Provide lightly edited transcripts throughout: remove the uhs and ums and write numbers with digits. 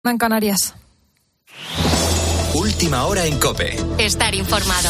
En Canarias. Última hora en COPE. Estar informado.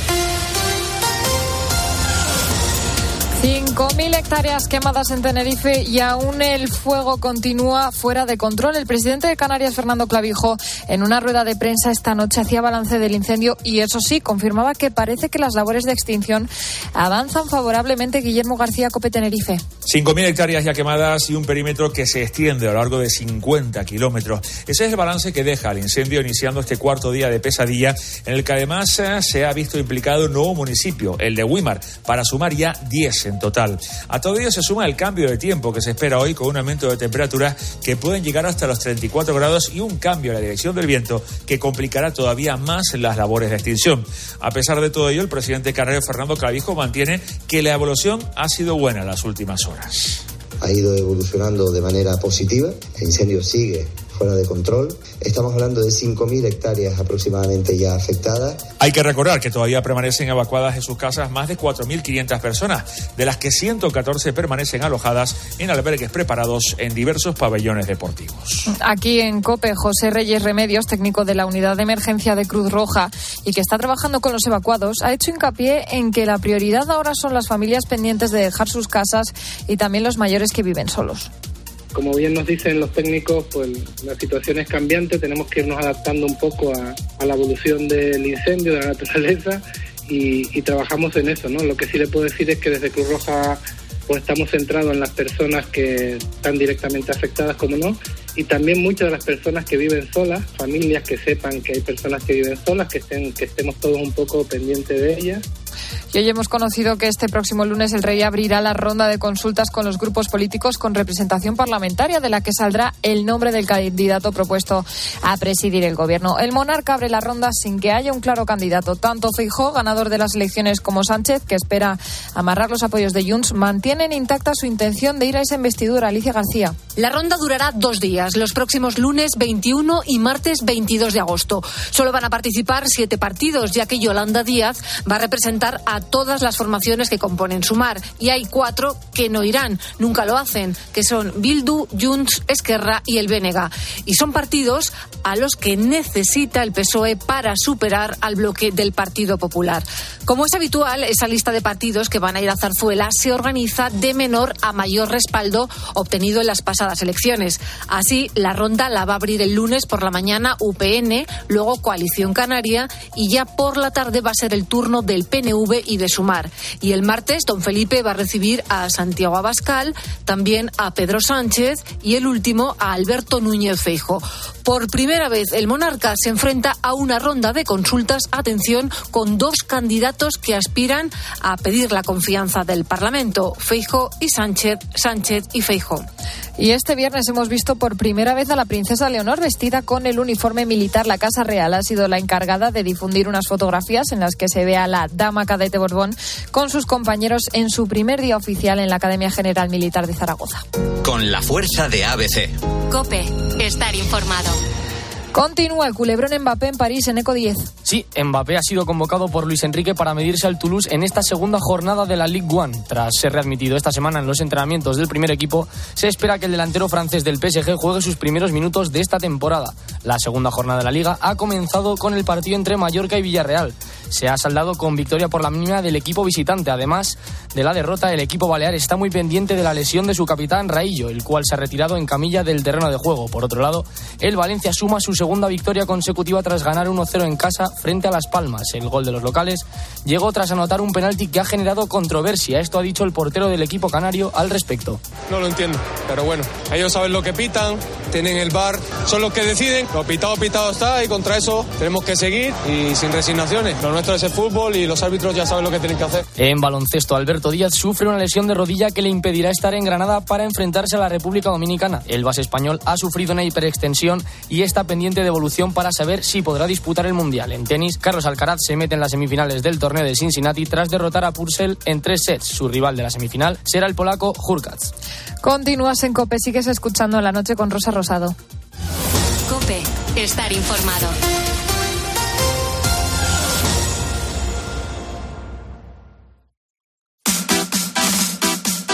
5.000 hectáreas quemadas en Tenerife y aún el fuego continúa fuera de control. El presidente de Canarias, Fernando Clavijo, en una rueda de prensa esta noche hacía balance del incendio y, eso sí, confirmaba que parece que las labores de extinción avanzan favorablemente. Guillermo García, COPE Tenerife. 5.000 hectáreas ya quemadas y un perímetro que se extiende a lo largo de 50 kilómetros. Ese es el balance que deja el incendio iniciando este cuarto día de pesadilla, en el que además se ha visto implicado un nuevo municipio, el de Güímar, para sumar ya 10 en total. A todo ello se suma el cambio de tiempo que se espera hoy, con un aumento de temperaturas que pueden llegar hasta los 34 grados y un cambio en la dirección del viento que complicará todavía más las labores de extinción. A pesar de todo ello, el presidente canario, Fernando Clavijo, mantiene que la evolución ha sido buena en las últimas horas. Ha ido evolucionando de manera positiva, el incendio sigue fuera de control. Estamos hablando de 5.000 hectáreas aproximadamente ya afectadas. Hay que recordar que todavía permanecen evacuadas de sus casas más de 4.500 personas, de las que 114 permanecen alojadas en albergues preparados en diversos pabellones deportivos. Aquí en COPE, José Reyes Remedios, técnico de la Unidad de Emergencia de Cruz Roja y que está trabajando con los evacuados, ha hecho hincapié en que la prioridad ahora son las familias pendientes de dejar sus casas y también los mayores que viven solos. Como bien nos dicen los técnicos, pues la situación es cambiante, tenemos que irnos adaptando un poco a la evolución del incendio, de la naturaleza, y trabajamos en eso, ¿no? Lo que sí le puedo decir es que desde Cruz Roja pues estamos centrados en las personas que están directamente afectadas, como no, y también muchas de las personas que viven solas, familias que sepan que hay personas que viven solas, que estemos todos un poco pendientes de ellas. Y hoy hemos conocido que este próximo lunes el Rey abrirá la ronda de consultas con los grupos políticos con representación parlamentaria, de la que saldrá el nombre del candidato propuesto a presidir el gobierno. El monarca abre la ronda sin que haya un claro candidato. Tanto Feijóo, ganador de las elecciones, como Sánchez, que espera amarrar los apoyos de Junts, mantienen intacta su intención de ir a esa investidura. Alicia García. La ronda durará 2 días, los próximos lunes 21 y martes 22 de agosto. Solo van a participar 7 partidos, ya que Yolanda Díaz va a representar a todas las formaciones que componen Sumar, y hay 4 que no irán, nunca lo hacen, que son Bildu, Junts, Esquerra y el BNG, y son partidos a los que necesita el PSOE para superar al bloque del Partido Popular. Como es habitual, esa lista de partidos que van a ir a Zarzuela se organiza de menor a mayor respaldo obtenido en las pasadas elecciones. Así, la ronda la va a abrir el lunes por la mañana UPN, luego Coalición Canaria, y ya por la tarde va a ser el turno del PNV y de Sumar. Y el martes, don Felipe va a recibir a Santiago Abascal, también a Pedro Sánchez y el último a Alberto Núñez Feijóo. Por primera vez, el monarca se enfrenta a una ronda de consultas, atención, con 2 candidatos que aspiran a pedir la confianza del Parlamento, Feijóo y Sánchez y Feijóo. Y este viernes hemos visto por primera vez a la princesa Leonor vestida con el uniforme militar. La Casa Real ha sido la encargada de difundir unas fotografías en las que se ve a la dama cadete Borbón con sus compañeros en su primer día oficial en la Academia General Militar de Zaragoza. Con la fuerza de ABC. COPE, estar informado. Continúa el culebrón Mbappé en París en Eco 10. Sí, Mbappé ha sido convocado por Luis Enrique para medirse al Toulouse en esta segunda jornada de la Ligue 1. Tras ser readmitido esta semana en los entrenamientos del primer equipo, se espera que el delantero francés del PSG juegue sus primeros minutos de esta temporada. La segunda jornada de la Liga ha comenzado con el partido entre Mallorca y Villarreal. Se ha saldado con victoria por la mínima del equipo visitante. Además de la derrota, el equipo balear está muy pendiente de la lesión de su capitán Raillo, el cual se ha retirado en camilla del terreno de juego. Por otro lado, el Valencia suma su segunda victoria consecutiva tras ganar 1-0 en casa frente a Las Palmas. El gol de los locales llegó tras anotar un penalti que ha generado controversia. Esto ha dicho el portero del equipo canario al respecto. No lo entiendo, pero bueno, ellos saben lo que pitan, tienen el VAR, son los que deciden. Lo pitado está, y contra eso tenemos que seguir y sin resignaciones. Lo nuestro es el fútbol y los árbitros ya saben lo que tienen que hacer. En baloncesto, Alberto Díaz sufre una lesión de rodilla que le impedirá estar en Granada para enfrentarse a la República Dominicana. El base español ha sufrido una hiperextensión y está pendiente de evolución para saber si podrá disputar el Mundial. En tenis, Carlos Alcaraz se mete en las semifinales del torneo de Cincinnati tras derrotar a Purcell en 3 sets. Su rival de la semifinal será el polaco Hurkacz. Continúas en COPE, sigues escuchando La Noche con Rosa Rosado. COPE, estar informado.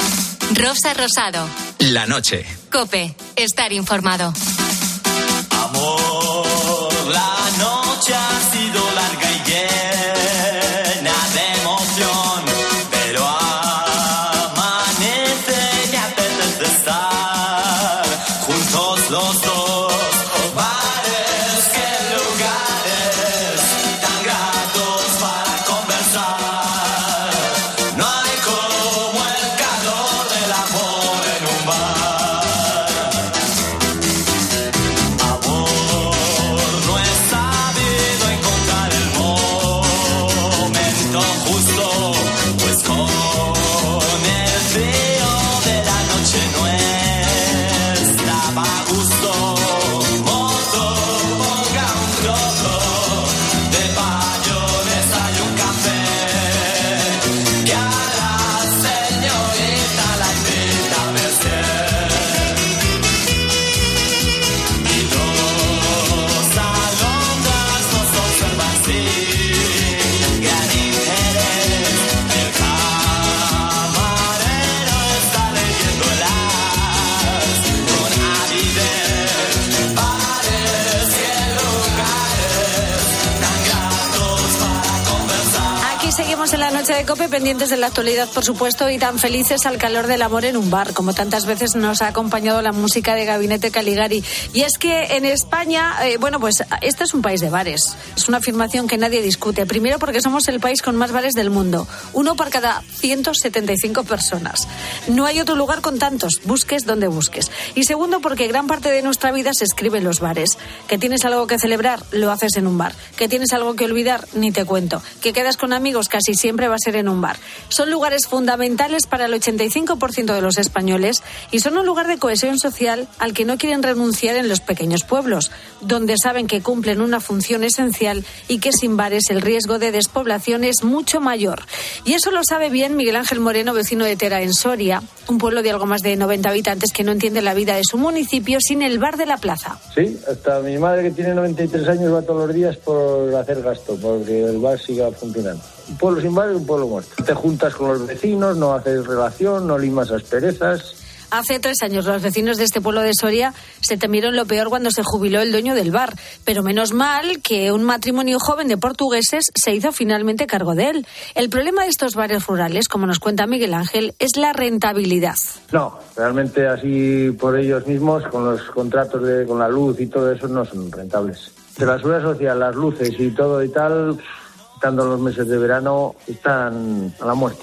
Rosa Rosado. La noche. COPE, estar informado. Amo en la noche de COPE, pendientes de la actualidad, por supuesto, y tan felices al calor del amor en un bar, como tantas veces nos ha acompañado la música de Gabinete Caligari. Y es que en España, pues este es un país de bares. Es una afirmación que nadie discute. Primero, porque somos el país con más bares del mundo. 1 por cada 175 personas. No hay otro lugar con tantos, busques donde busques. Y segundo, porque gran parte de nuestra vida se escribe en los bares. Que tienes algo que celebrar, lo haces en un bar. Que tienes algo que olvidar, ni te cuento. Que quedas con amigos, casi siempre va a ser en un bar. Son lugares fundamentales para el 85% de los españoles y son un lugar de cohesión social al que no quieren renunciar en los pequeños pueblos, donde saben que cumplen una función esencial y que sin bares el riesgo de despoblación es mucho mayor. Y eso lo sabe bien Miguel Ángel Moreno, vecino de Tera, en Soria, un pueblo de algo más de 90 habitantes que no entiende la vida de su municipio sin el bar de la plaza. Sí, hasta mi madre, que tiene 93 años, va todos los días por hacer gasto, porque el bar siga funcionando. Un pueblo sin bar es un pueblo muerto. Te juntas con los vecinos, no haces relación, no limas asperezas. Hace 3 años los vecinos de este pueblo de Soria se temieron lo peor cuando se jubiló el dueño del bar, pero menos mal que un matrimonio joven de portugueses se hizo finalmente cargo de él. El problema de estos bares rurales, como nos cuenta Miguel Ángel, es la rentabilidad. No, realmente así por ellos mismos, con los contratos con la luz y todo eso, no son rentables. De la seguridad social, las luces y todo y tal, quitando los meses de verano, están a la muerte.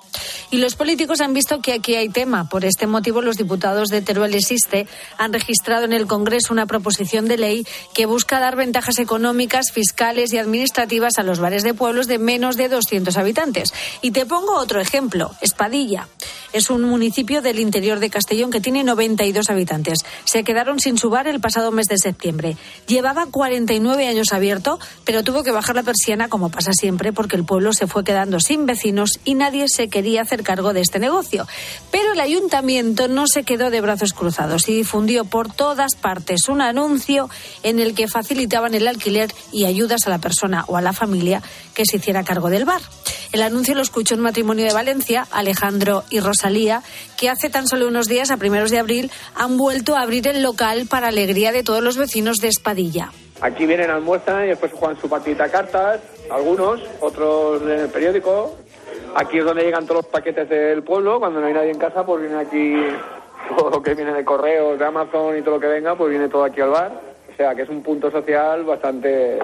Y los políticos han visto que aquí hay tema. Por este motivo, los diputados de Teruel y Siste han registrado en el Congreso una proposición de ley que busca dar ventajas económicas, fiscales y administrativas a los bares de pueblos de menos de 200 habitantes. Y te pongo otro ejemplo, Espadilla. Es un municipio del interior de Castellón que tiene 92 habitantes. Se quedaron sin su bar el pasado mes de septiembre. Llevaba 49 años abierto, pero tuvo que bajar la persiana, como pasa siempre, porque el pueblo se fue quedando sin vecinos y nadie se quería hacer cargo de este negocio. Pero el ayuntamiento no se quedó de brazos cruzados y difundió por todas partes un anuncio en el que facilitaban el alquiler y ayudas a la persona o a la familia que se hiciera cargo del bar. El anuncio lo escuchó un matrimonio de Valencia, Alejandro y Rosalía, que hace tan solo unos días, a primeros de abril, han vuelto a abrir el local para alegría de todos los vecinos de Espadilla. Aquí vienen, almuerzan y después juegan su partidita de cartas, algunos, otros en el periódico. Aquí es donde llegan todos los paquetes del pueblo. Cuando no hay nadie en casa, pues viene aquí todo lo que viene de correos, de Amazon y todo lo que venga, pues viene todo aquí al bar. O sea, que es un punto social bastante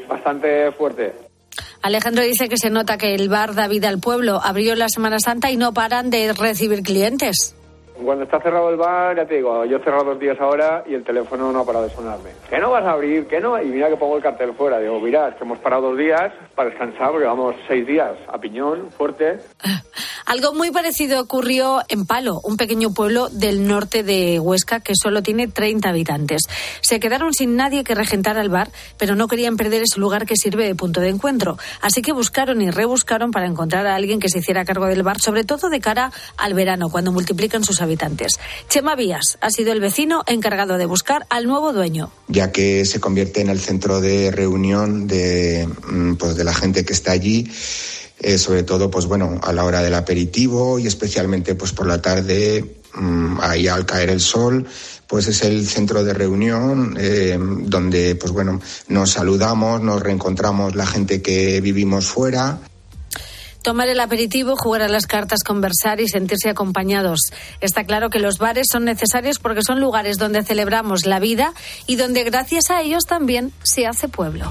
fuerte. Alejandro dice que se nota que el bar da vida al pueblo. Abrió la Semana Santa y no paran de recibir clientes. Cuando está cerrado el bar, ya te digo, yo he cerrado 2 días ahora y el teléfono no ha parado de sonarme. ¿Qué no vas a abrir? ¿Qué no? Y mira que pongo el cartel fuera. Digo, mira, es que hemos parado 2 días para descansar porque vamos 6 días a piñón, fuerte. Algo muy parecido ocurrió en Palo, un pequeño pueblo del norte de Huesca que solo tiene 30 habitantes. Se quedaron sin nadie que regentara el bar, pero no querían perder ese lugar que sirve de punto de encuentro. Así que buscaron y rebuscaron para encontrar a alguien que se hiciera cargo del bar, sobre todo de cara al verano, cuando multiplican sus habitantes. Chema Vías ha sido el vecino encargado de buscar al nuevo dueño. Ya que se convierte en el centro de reunión de la gente que está allí, sobre todo a la hora del aperitivo y especialmente por la tarde, ahí al caer el sol, pues es el centro de reunión donde nos saludamos, nos reencontramos la gente que vivimos fuera. Tomar el aperitivo, jugar a las cartas, conversar y sentirse acompañados. Está claro que los bares son necesarios porque son lugares donde celebramos la vida y donde gracias a ellos también se hace pueblo.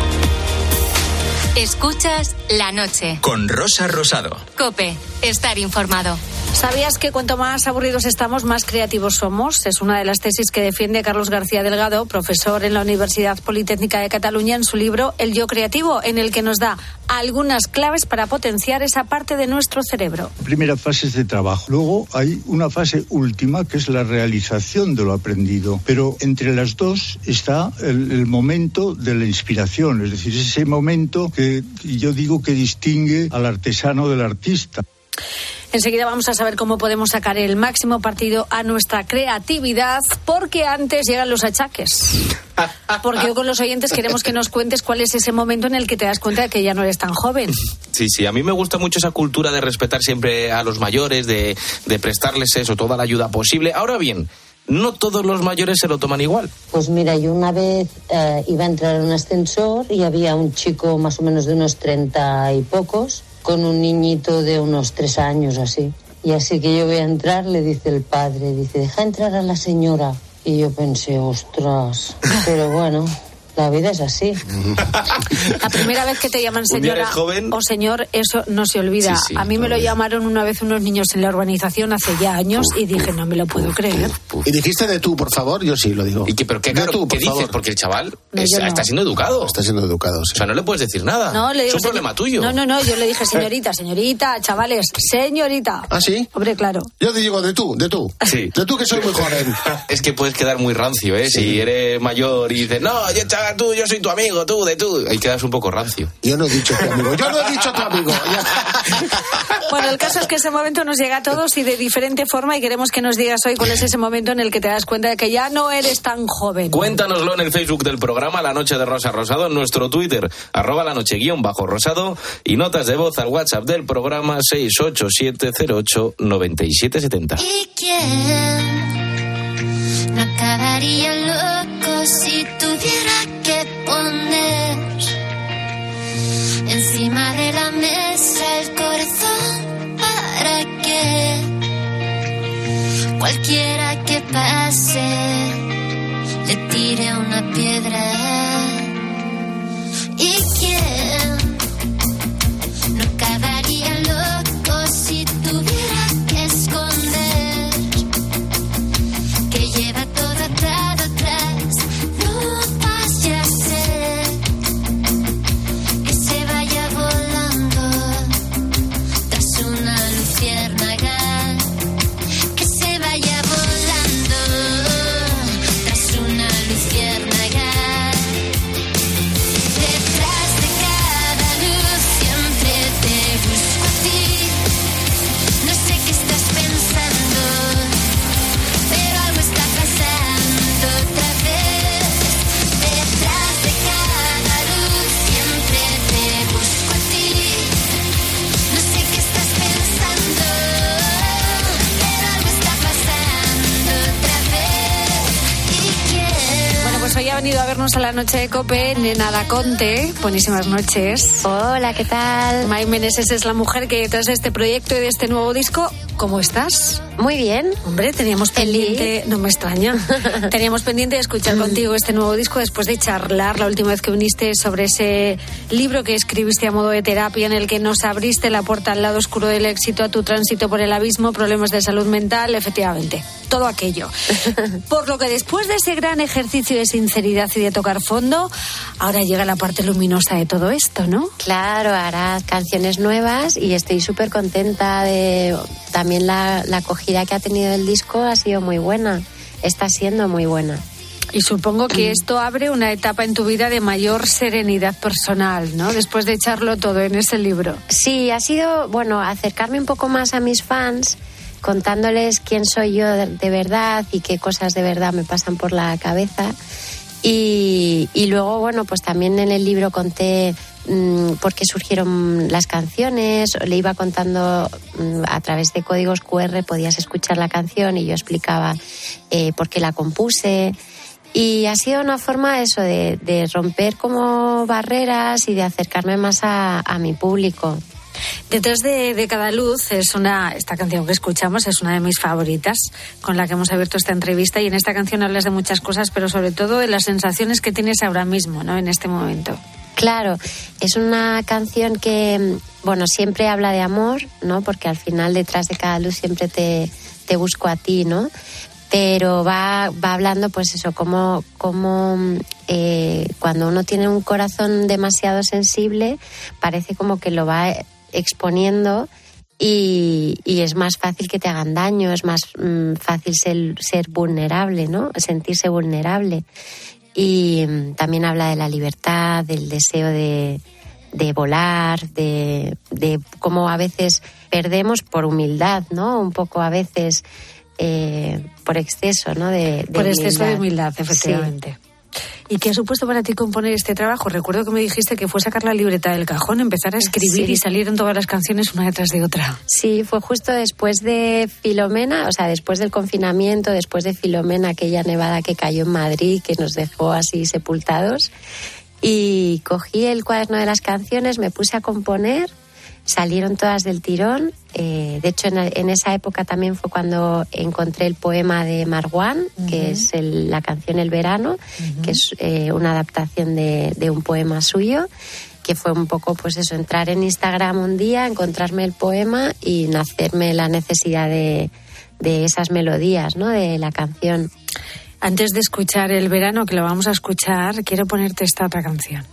Escuchas La Noche. Con Rosa Rosado. COPE. Estar informado. ¿Sabías que cuanto más aburridos estamos, más creativos somos? Es una de las tesis que defiende Carlos García Delgado, profesor en la Universidad Politécnica de Cataluña, en su libro El yo creativo, en el que nos da algunas claves para potenciar esa parte de nuestro cerebro. La primera fase es de trabajo. Luego hay una fase última que es la realización de lo aprendido. Pero entre las dos está el momento de la inspiración, es decir, ese momento que yo digo que distingue al artesano del artista. Enseguida vamos a saber cómo podemos sacar el máximo partido a nuestra creatividad, porque antes llegan los achaques. Porque hoy con los oyentes queremos que nos cuentes cuál es ese momento en el que te das cuenta de que ya no eres tan joven. Sí, a mí me gusta mucho esa cultura de respetar siempre a los mayores, de prestarles eso, toda la ayuda posible. Ahora bien, no todos los mayores se lo toman igual. Pues mira, yo una vez iba a entrar en un ascensor y había un chico más o menos de unos 30 y pocos con un niñito de unos 3 años así. Y así que yo voy a entrar, le dice el padre, dice, deja entrar a la señora. Y yo pensé, ostras, pero bueno, la vida es así. La primera vez que te llaman señora o señor, eso no se olvida. Sí, a mí me lo llamaron una vez unos niños en la urbanización hace ya años y dije, no me lo puedo creer. ¿Y dijiste de tú, por favor? Yo sí lo digo. ¿Pero qué, claro, tú, ¿qué dices? favor. Porque el chaval No, está siendo educado. Está siendo educado, sí. O sea, no le puedes decir nada. No, le digo, es un problema tuyo. No, yo le dije señorita, chavales, señorita. ¿Ah, sí? Hombre, claro. Yo te digo de tú. Sí. De tú que soy muy joven. Es que puedes quedar muy rancio, ¿eh? Sí. Si eres mayor y dices, no, yo soy tu amigo, tú, de tú. Ahí quedas un poco rancio. Yo no he dicho tu amigo. Bueno, el caso es que ese momento nos llega a todos y de diferente forma y queremos que nos digas hoy cuál es ese momento en el que te das cuenta de que ya no eres tan joven. Cuéntanoslo en el Facebook del programa La Noche de Rosa Rosado, en nuestro Twitter, @lanoche_rosado y notas de voz al WhatsApp del programa 687089770. ¿Y quién no acabaría loco si tuviera que poner encima de la mesa el corazón para que cualquiera que pase le tire una piedra? ¿Y quién no acabaría loco si tuviera que esconder que lleva todo atado atrás? No vaya a ser que se vaya volando tras una luciérnaga, que se vaya volando tras una luciérnaga. Detrás de cada luz siempre te busco a ti. No sé qué estás pensando, pero algo está pasando otra vez. Detrás de cada luz siempre te busco a ti. No sé qué estás pensando, pero algo está pasando otra vez. ¿Y quién? Bueno, pues hoy ha venido a vernos a la noche de COPE Nena Daconte. Buenísimas noches. Hola, ¿qué tal? May Meneses es la mujer que detrás de este proyecto y de este nuevo disco. ¿Cómo estás? Muy bien. Hombre, teníamos pendiente, no me extraña, teníamos pendiente de escuchar contigo este nuevo disco después de charlar la última vez que viniste sobre ese libro que escribiste a modo de terapia en el que nos abriste la puerta al lado oscuro del éxito, a tu tránsito por el abismo, problemas de salud mental, efectivamente, todo aquello. Por lo que después de ese gran ejercicio de sinceridad y de tocar fondo, ahora llega la parte luminosa de todo esto, ¿no? Claro, harás canciones nuevas y estoy súper contenta de... También la acogida que ha tenido el disco ha sido muy buena, está siendo muy buena. Y supongo que esto abre una etapa en tu vida de mayor serenidad personal, ¿no? Después de echarlo todo en ese libro. Sí, ha sido, bueno, acercarme un poco más a mis fans, contándoles quién soy yo de verdad y qué cosas de verdad me pasan por la cabeza. Y luego, bueno, pues también en el libro conté por qué surgieron las canciones, le iba contando a través de códigos QR, podías escuchar la canción y yo explicaba por qué la compuse. Y ha sido una forma eso de romper como barreras y de acercarme más a mi público. Detrás de cada luz esta canción que escuchamos es una de mis favoritas, con la que hemos abierto esta entrevista, y en esta canción hablas de muchas cosas, pero sobre todo de las sensaciones que tienes ahora mismo, ¿no? En este momento. Claro, es una canción que, bueno, siempre habla de amor, ¿no? Porque al final detrás de cada luz siempre te busco a ti, ¿no? Pero va hablando, pues eso, como cuando uno tiene un corazón demasiado sensible, parece como que lo va exponiendo y es más fácil que te hagan daño, es más fácil ser vulnerable, ¿no? Sentirse vulnerable. Y también habla de la libertad, del deseo de volar, de cómo a veces perdemos por humildad, ¿no? Un poco a veces por exceso, ¿no? Por exceso de humildad, efectivamente. Sí. ¿Y qué ha supuesto para ti componer este trabajo? Recuerdo que me dijiste que fue sacar la libreta del cajón, empezar a escribir y salieron todas las canciones una detrás de otra. Sí, fue justo después de Filomena, o sea, después del confinamiento, después de Filomena, aquella nevada que cayó en Madrid, que nos dejó así sepultados. Y cogí el cuaderno de las canciones, me puse a componer salieron todas del tirón. De hecho, en esa época también fue cuando encontré el poema de Marwan, que es la canción El Verano, que es una adaptación de un poema suyo, que fue un poco, pues eso, entrar en Instagram un día, encontrarme el poema y nacerme la necesidad de esas melodías, ¿no?, de la canción. Antes de escuchar El Verano, que lo vamos a escuchar, quiero ponerte esta otra canción.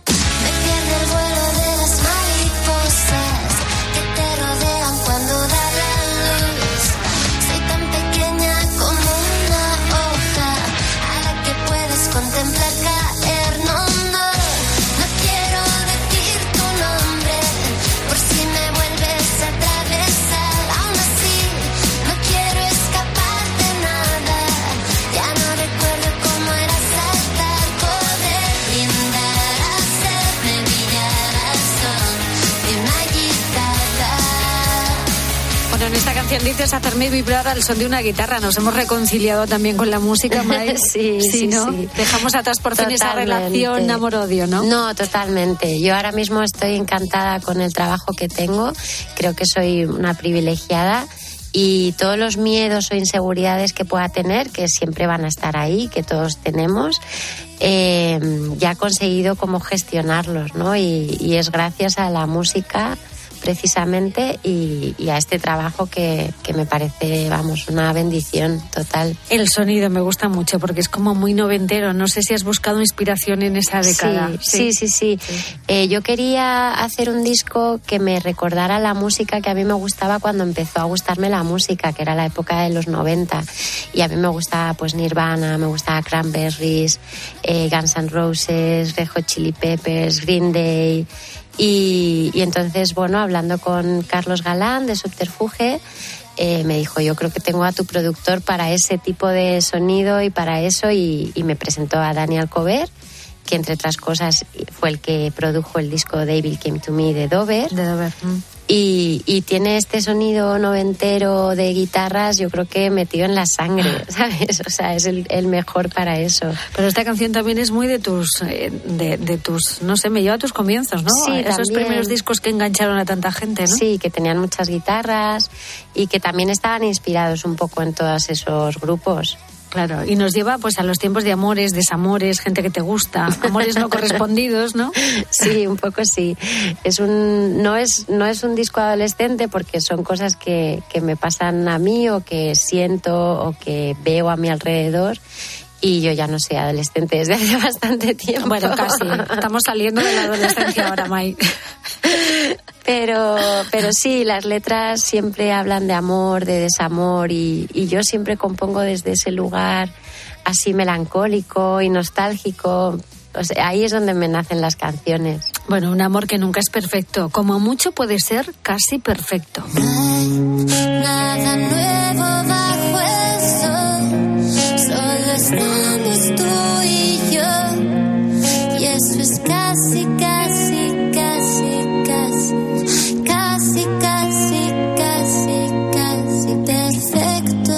En esta canción dices hacerme vibrar al son de una guitarra. Nos hemos reconciliado también con la música, May. Sí, ¿no? sí. Dejamos atrás por fin esa relación amor-odio, ¿no? No, totalmente. Yo ahora mismo estoy encantada con el trabajo que tengo. Creo que soy una privilegiada. Y todos los miedos o inseguridades que pueda tener, que siempre van a estar ahí, que todos tenemos, ya he conseguido como gestionarlos, ¿no? Y es gracias a la música precisamente y a este trabajo que me parece, vamos, una bendición total. El sonido me gusta mucho porque es como muy noventero. No sé si has buscado inspiración en esa década. Sí. Yo quería hacer un disco que me recordara la música que a mí me gustaba cuando empezó a gustarme la música, que era la época de los 90. Y a mí me gustaba pues Nirvana, me gustaba Cranberries, Guns N' Roses, Red Hot Chili Peppers, Green Day. Y entonces, bueno, hablando con Carlos Galán de Subterfuge, me dijo, yo creo que tengo a tu productor para ese tipo de sonido y para eso, y me presentó a Dani Alcover, que entre otras cosas fue el que produjo el disco Devil Came to Me de Dover. Y tiene este sonido noventero de guitarras, yo creo que metido en la sangre, ¿sabes? O sea, es el mejor para eso. Pero esta canción también es muy de tus, no sé, me lleva a tus comienzos, ¿no? Sí, esos también. Primeros discos que engancharon a tanta gente, ¿no? Sí, que tenían muchas guitarras y que también estaban inspirados un poco en todos esos grupos. Claro, y nos lleva pues a los tiempos de amores, desamores, gente que te gusta, amores no correspondidos, ¿no? Sí, un poco sí. No es un disco adolescente porque son cosas que me pasan a mí o que siento o que veo a mi alrededor. Y yo ya no soy adolescente desde hace bastante tiempo. Bueno, casi. Estamos saliendo de la adolescencia ahora, May. Pero sí, las letras siempre hablan de amor, de desamor, y yo siempre compongo desde ese lugar así melancólico y nostálgico. O sea, ahí es donde me nacen las canciones. Bueno, un amor que nunca es perfecto. Como mucho puede ser casi perfecto. Nada nuevo bajo el sol, solo estamos tú y yo, y eso es casi, casi, casi, casi, casi, casi, casi, casi perfecto.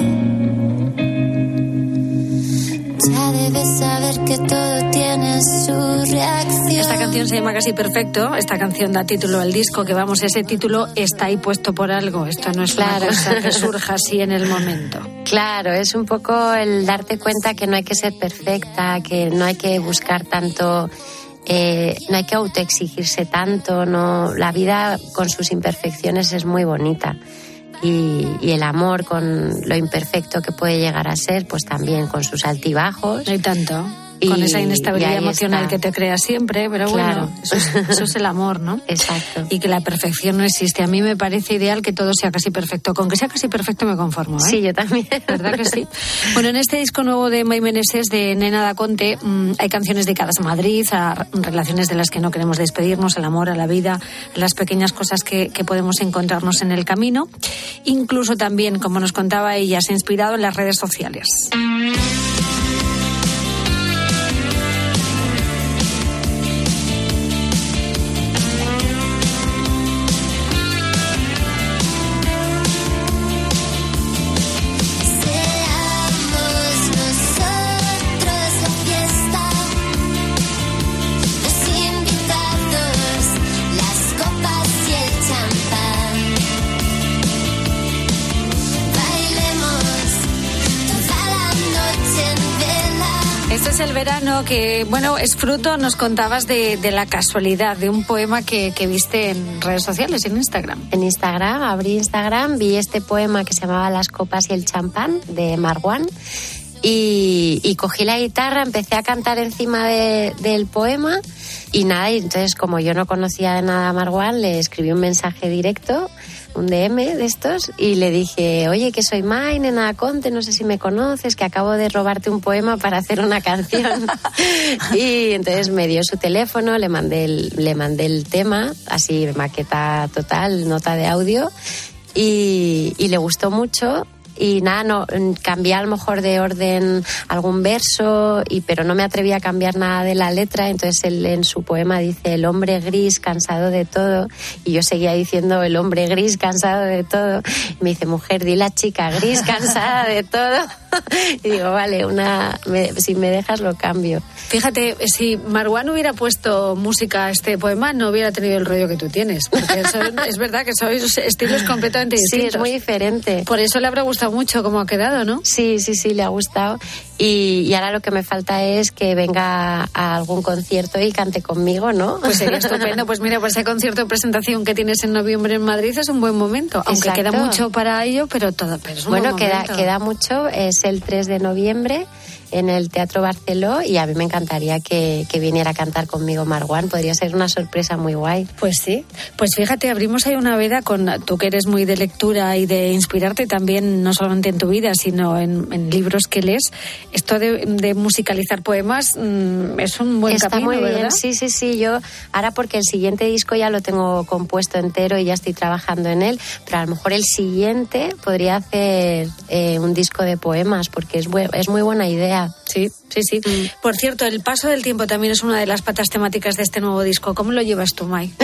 Ya debes saber que todo tiene su reacción. Esta canción se llama Casi Perfecto. Esta canción da título al disco, que vamos, ese título está ahí puesto por algo. Esto no es una cosa que surja así en el momento. Claro, es un poco el darte cuenta que no hay que ser perfecta, que no hay que buscar tanto, no hay que autoexigirse tanto, no. La vida con sus imperfecciones es muy bonita. Y el amor con lo imperfecto que puede llegar a ser, pues también con sus altibajos. No hay tanto. Con esa inestabilidad emocional que te crea siempre, pero claro. Bueno, eso es el amor, ¿no? Exacto. Y que la perfección no existe. A mí me parece ideal que todo sea casi perfecto. Con que sea casi perfecto me conformo, ¿eh? Sí, yo también. ¿Verdad que sí? Bueno, en este disco nuevo de May Meneses, de Nena da Conte, hay canciones dedicadas a Madrid, a relaciones de las que no queremos despedirnos, al amor, a la vida, a las pequeñas cosas que podemos encontrarnos en el camino. Incluso también, como nos contaba ella, se ha inspirado en las redes sociales. Los invitados, las copas y el champán. verano que, bueno, es fruto, nos contabas, de la casualidad, de un poema que viste en redes sociales, en Instagram. En Instagram, abrí Instagram, vi este poema que se llamaba Las copas y el champán, de Marwan, y cogí la guitarra, empecé a cantar encima del poema, y nada, y entonces como yo no conocía de nada a Marwan, le escribí un mensaje directo, un DM de estos, y le dije, oye, que soy May, Nena da Conte, no sé si me conoces, que acabo de robarte un poema para hacer una canción. Y entonces me dio su teléfono, le mandé el tema, así maqueta total, nota de audio, y le gustó mucho. Y nada, no cambié a lo mejor de orden algún verso, pero no me atreví a cambiar nada de la letra. Entonces él en su poema dice el hombre gris cansado de todo, y yo seguía diciendo el hombre gris cansado de todo. Y me dice, mujer, di la chica gris cansada de todo. Y digo, vale, si me dejas lo cambio. Fíjate, si Marwan hubiera puesto música a este poema, no hubiera tenido el rollo que tú tienes, porque es verdad que sois estilos completamente distintos. Sí, es muy diferente. Por eso le habrá gustado mucho cómo ha quedado, ¿no? Sí, le ha gustado. Y ahora lo que me falta es que venga a algún concierto y cante conmigo, ¿no? Pues sería estupendo. Pues mira, pues ese concierto de presentación que tienes en noviembre en Madrid es un buen momento. Aunque Exacto. queda mucho para ello, pero es un buen momento. Queda mucho. Es el 3 de noviembre en el Teatro Barceló, y a mí me encantaría que viniera a cantar conmigo Marwan. Podría ser una sorpresa muy guay. Pues sí. Pues fíjate, abrimos ahí una veda con tú, que eres muy de lectura y de inspirarte también, no solamente en tu vida, sino en libros que lees. Esto de musicalizar poemas es un buen Está camino, muy bien. ¿verdad? Sí. Yo ahora, porque el siguiente disco ya lo tengo compuesto entero y ya estoy trabajando en él, pero a lo mejor el siguiente podría hacer un disco de poemas, porque es muy buena idea. Sí. Por cierto, el paso del tiempo también es una de las patas temáticas de este nuevo disco. ¿Cómo lo llevas tú, May?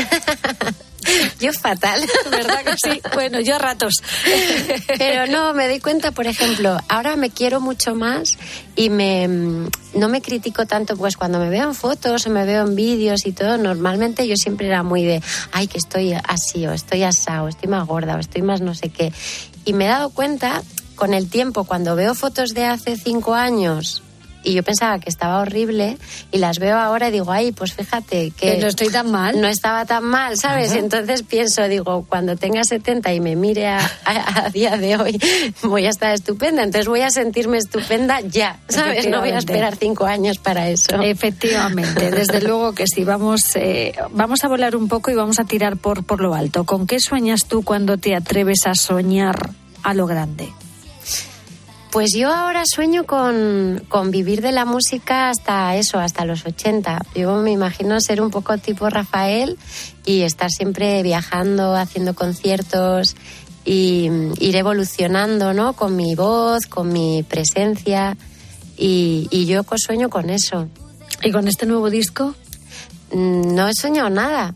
Yo fatal. ¿Verdad que sí? Bueno, yo a ratos. Pero no, me doy cuenta, por ejemplo, ahora me quiero mucho más y no me critico tanto, pues cuando me veo en fotos o me veo en vídeos y todo, normalmente yo siempre era muy de, ay, que estoy así, o estoy asado, o estoy más gorda, o estoy más no sé qué. Y me he dado cuenta con el tiempo, cuando veo fotos de hace 5 años y yo pensaba que estaba horrible, y las veo ahora y digo, ay, pues fíjate que no estoy tan mal. No estaba tan mal, ¿sabes? Ajá. Entonces pienso, digo, cuando tenga 70 y me mire a día de hoy, voy a estar estupenda. Entonces voy a sentirme estupenda ya, ¿sabes? No voy a esperar 5 años para eso. Efectivamente, desde luego que sí. Vamos a volar un poco y vamos a tirar por lo alto. ¿Con qué sueñas tú cuando te atreves a soñar a lo grande? Pues yo ahora sueño con vivir de la música hasta los 80. Yo me imagino ser un poco tipo Rafael y estar siempre viajando, haciendo conciertos y ir evolucionando, ¿no? Con mi voz, con mi presencia, y yo sueño con eso. ¿Y con este nuevo disco? No he soñado nada.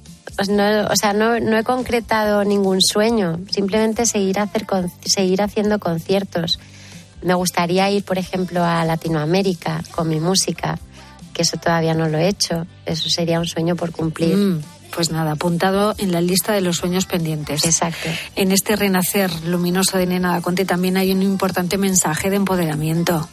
No he concretado ningún sueño. Simplemente seguir haciendo conciertos. Me gustaría ir, por ejemplo, a Latinoamérica con mi música, que eso todavía no lo he hecho. Eso sería un sueño por cumplir. Pues nada, apuntado en la lista de los sueños pendientes. Exacto. En este renacer luminoso de Nena da Conte también hay un importante mensaje de empoderamiento.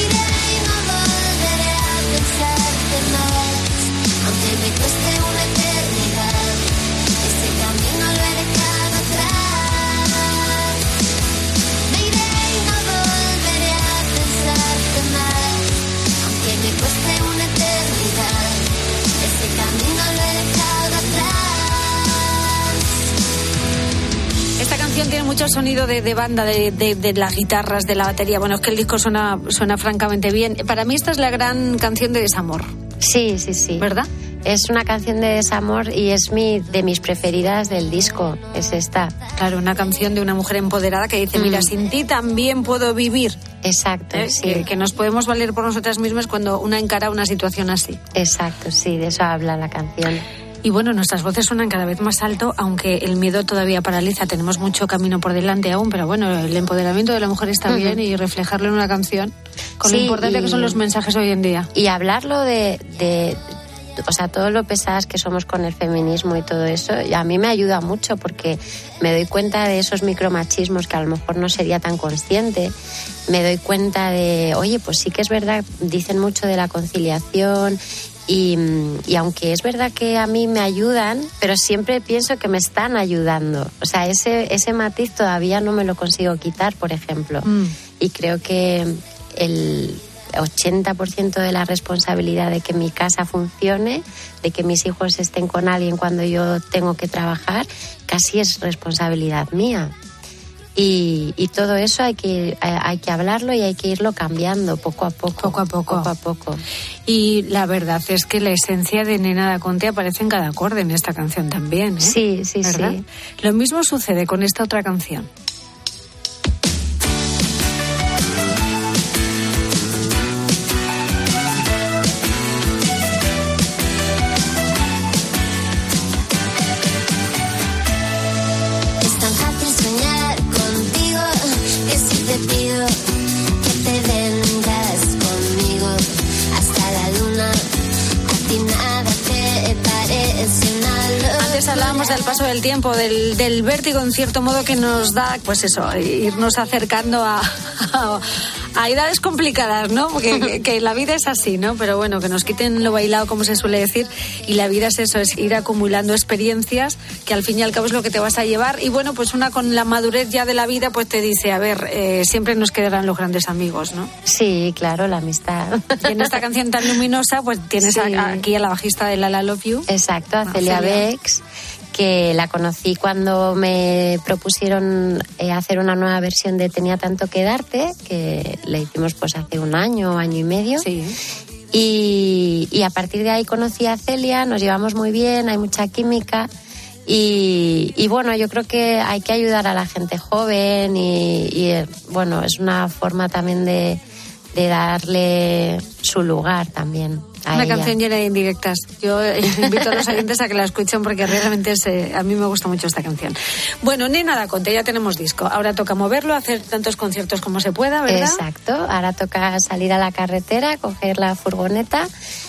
Tiene mucho sonido de banda, de las guitarras, de la batería. Bueno, es que el disco suena francamente bien. Para mí esta es la gran canción de desamor. Sí. ¿Verdad? Es una canción de desamor y es de mis preferidas del disco. Es esta. Claro, una canción de una mujer empoderada que dice, mira, sin ti también puedo vivir. Exacto, sí. Que nos podemos valer por nosotras mismas cuando una encara una situación así. Exacto, sí, de eso habla la canción. Y bueno, nuestras voces suenan cada vez más alto, aunque el miedo todavía paraliza. Tenemos mucho camino por delante aún, pero bueno, el empoderamiento de la mujer está bien, y reflejarlo en una canción, con lo importante que son los mensajes hoy en día. Y hablarlo de o sea, todo lo pesadas que somos con el feminismo y todo eso, a mí me ayuda mucho porque me doy cuenta de esos micromachismos que a lo mejor no sería tan consciente. Me doy cuenta de, oye, pues sí que es verdad, dicen mucho de la conciliación y aunque es verdad que a mí me ayudan, pero siempre pienso que me están ayudando. O sea, ese matiz todavía no me lo consigo quitar, por ejemplo. Y creo que el 80% de la responsabilidad de que mi casa funcione, de que mis hijos estén con alguien cuando yo tengo que trabajar, casi es responsabilidad mía. Y todo eso hay que hablarlo y hay que irlo cambiando poco a poco. Poco a poco. Y la verdad es que la esencia de Nena Da Conte aparece en cada acorde en esta canción también, ¿eh? Sí, ¿verdad? sí. Lo mismo sucede con esta otra canción. Hablábamos del paso del tiempo, del vértigo en cierto modo que nos da, pues eso, irnos acercando a edades complicadas, ¿no? Porque que la vida es así, ¿no? Pero bueno, que nos quiten lo bailado, como se suele decir, y la vida es eso, es ir acumulando experiencias que al fin y al cabo es lo que te vas a llevar. Y bueno, pues una con la madurez ya de la vida, pues te dice, a ver, siempre nos quedarán los grandes amigos, ¿no? Sí, claro, la amistad. Y en esta canción tan luminosa, pues tienes aquí a la bajista de La La Love You. Exacto, a Celia Bex, que la conocí cuando me propusieron hacer una nueva versión de Tenía tanto que darte, que le hicimos pues hace un año y medio. Sí. Y a partir de ahí conocí a Celia, nos llevamos muy bien, hay mucha química. Y bueno, yo creo que hay que ayudar a la gente joven y bueno, es una forma también de darle su lugar también. Una canción llena de indirectas. Yo invito a los oyentes a que la escuchen porque realmente a mí me gusta mucho esta canción. Bueno, Nena Da Conte, ya tenemos disco. Ahora toca moverlo, hacer tantos conciertos como se pueda, ¿verdad? Exacto. Ahora toca salir a la carretera, coger la furgoneta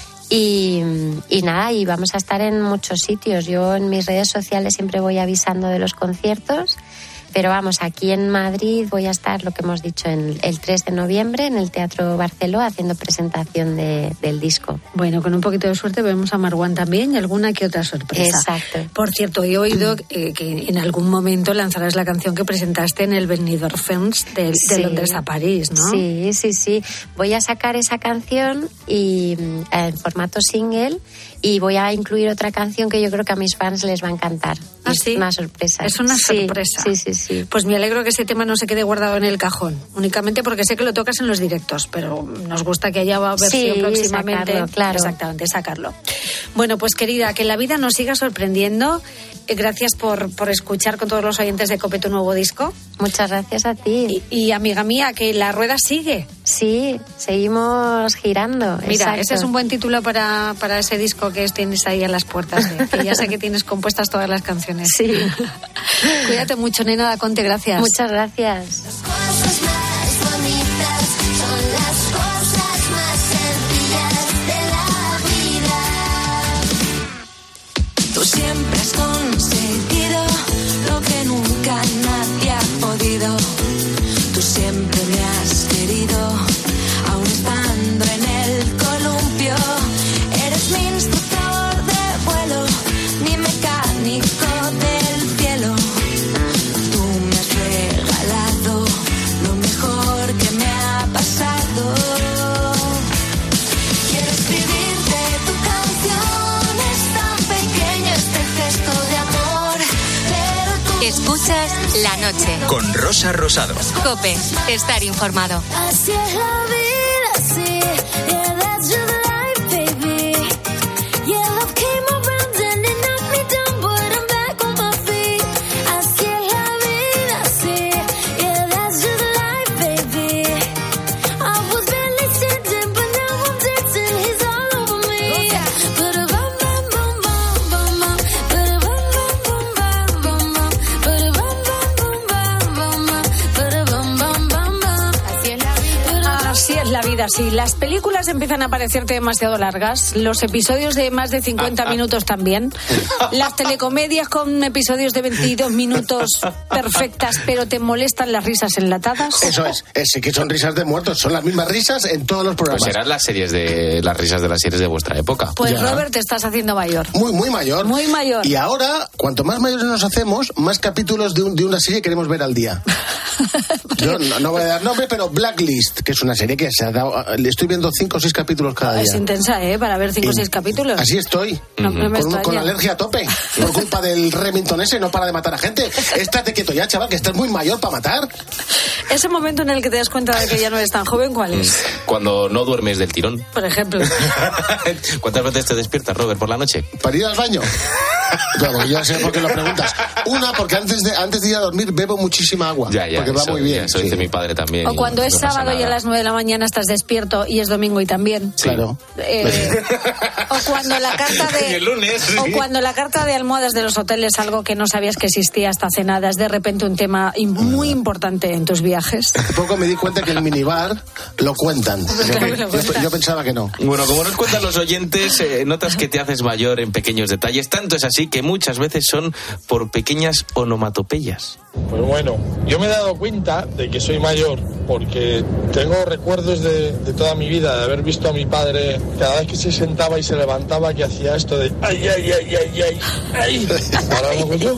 y nada, y vamos a estar en muchos sitios. Yo en mis redes sociales siempre voy avisando de los conciertos. Pero vamos, aquí en Madrid voy a estar, lo que hemos dicho, el 3 de noviembre en el Teatro Barceló haciendo presentación del disco. Bueno, con un poquito de suerte vemos a Marwan también y alguna que otra sorpresa. Exacto. Por cierto, he oído que en algún momento lanzarás la canción que presentaste en el Benidorm Films de Londres a París, ¿no? Sí. Voy a sacar esa canción y en formato single y voy a incluir otra canción que yo creo que a mis fans les va a encantar. ¿Ah, sí? Una sorpresa. Es una sorpresa. Sí. Pues me alegro que ese tema no se quede guardado en el cajón, únicamente porque sé que lo tocas en los directos, pero nos gusta que haya versión próximamente. Sacarlo, claro. Exactamente, sacarlo. Bueno, pues querida, que la vida nos siga sorprendiendo. Gracias por escuchar con todos los oyentes de COPE tu nuevo disco. Muchas gracias a ti. Y amiga mía, que la rueda sigue. Sí, seguimos girando. Mira, exacto. Ese es un buen título para ese disco que tienes ahí a las puertas, que ya sé que tienes compuestas todas las canciones. Sí. Cuídate mucho, Nena Da Conte, gracias. Muchas gracias. Las cosas más bonitas son las cosas más sencillas de la vida. Tú siempre has conseguido lo que nunca nadie ha podido. Tú siempre me has querido, aun estando en el columpio. Eres mi instructor de vuelo, mi mecánico del cielo. Tú me has regalado lo mejor que me ha pasado. Quiero escribirte tu canción, es tan pequeño este gesto de amor, pero tú... Escuchas La Noche. Con Rosa Rosado. COPE, estar informado. Así es la vida, sí. Yeah, that's just life, baby. Yeah, love came around and it knocked me down, but I'm back on my feet. Así es la vida, sí. Yeah, that's just life, baby. I was barely sitting, but now I'm dancing. He's all over me. Ba-da-bum, bum, bum, bum, bum, bum. Ba-da-bum, bum, bum, bum, bum, bum. Ba-da-bum, bum, bum, bum, bum, bum. Ba-da-bum, bum, bum, bum. Así es la vida. Así es vida así. Las películas empiezan a parecerte demasiado largas, los episodios de más de 50 minutos también, las telecomedias con episodios de 22 minutos perfectas, pero te molestan las risas enlatadas. Eso es que son risas de muertos, son las mismas risas en todos los programas. Pues eran las risas de las series de vuestra época. Pues Ya. Robert, te estás haciendo mayor. Muy mayor. Muy mayor. Y ahora, cuanto más mayores nos hacemos, más capítulos de una serie queremos ver al día. Yo no voy a dar nombre, pero Blacklist, que es una serie que se ha dado... Le estoy viendo 5 o 6 capítulos cada día. Es intensa, para ver 5 o 6 capítulos. Así estoy. No me extraña. Con alergia a tope. Por culpa del Remington ese, no para de matar a gente. Estate quieto ya, chaval, que estás muy mayor para matar. Ese momento en el que te das cuenta de que ya no eres tan joven, ¿cuál es? Cuando no duermes del tirón. Por ejemplo. ¿Cuántas veces te despiertas, Robert, por la noche? ¿Para ir al baño? Claro, ya sé por qué lo preguntas. Una, porque antes de ir a dormir bebo muchísima agua. Ya, porque va eso, muy bien. Eso dice mi padre también. O cuando es no pasa sábado y a nada. las 9 de la mañana estás despierto y es domingo y también. Sí. Claro. O cuando la carta Y el lunes, sí. O cuando la carta de almohadas de los hoteles, algo que no sabías que existía hasta hace nada, es de repente un tema muy importante en tus viajes. Hace poco me di cuenta que el minibar lo cuentan. Yo pensaba que no. Bueno, como nos cuentan los oyentes, notas que te haces mayor en pequeños detalles. Tanto es así que muchas veces son por pequeñas onomatopeyas. Pues bueno, yo me he dado cuenta de que soy mayor porque tengo recuerdos de toda mi vida de haber visto a mi padre cada vez que se sentaba y se levantaba que hacía esto de ay, ay, ay, ay, ay, ay. Ahora lo hago yo.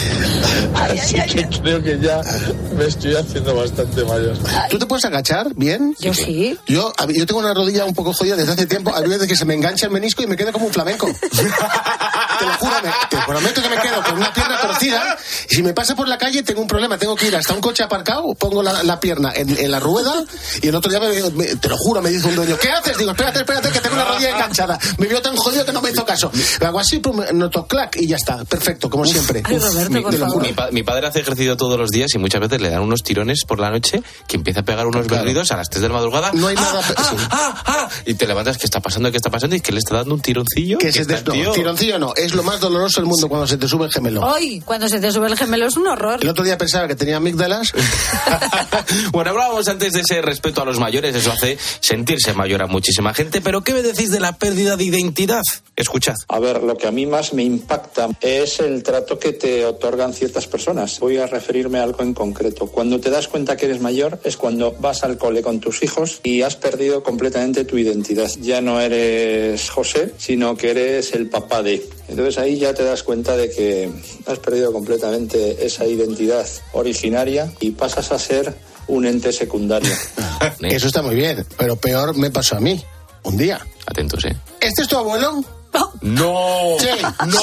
Así que creo que ya me estoy haciendo bastante mayor. ¿Tú te puedes agachar bien? Yo sí. Yo tengo una rodilla un poco jodida desde hace tiempo. Hay veces que se me engancha el menisco y me quedo como un flamenco. Te lo juro, te prometo que me quedo con una pierna torcida. Y si me pasa por la calle tengo un problema. Tengo que ir hasta un coche aparcado, pongo la pierna en la rueda y el otro día te lo juro, me dice un dueño, ¿qué haces? Digo, espérate, que tengo una rodilla enganchada. Me vio tan jodido que no me hizo caso. Hago así, noto clac y ya está. Perfecto, como siempre. Ay, Roberto, por favor. Mi padre hace ejercicio todos los días y muchas veces le dan unos tirones por la noche que empieza a pegar unos berridos a las 3 de la madrugada. No hay nada... Y te levantas, ¿qué está pasando? ¿Qué está pasando? Y que le está dando un tironcillo. Tironcillo no, es lo más doloroso del mundo cuando se te sube el gemelo. Hoy, cuando se te sube el gemelo, es un horror. El otro día pensaba que tenía amígdalas. Bueno, hablábamos antes de ese respeto a los mayores, eso hace sentirse mayor a muchísima gente, pero ¿qué me decís de la pérdida de identidad? Escuchad. A ver, lo que a mí más me impacta es el trato que te otorgan ciertas personas. Voy a referirme a algo en concreto. Cuando te das cuenta que eres mayor es cuando vas al cole con tus hijos y has perdido completamente tu identidad. Ya no eres José, sino que eres el papá de. Entonces ahí ya te das cuenta de que has perdido completamente esa identidad originaria y pasas a ser un ente secundario. Eso está muy bien, pero peor me pasó a mí. Un día. Atentos, ¿Este es tu abuelo? No. Sí,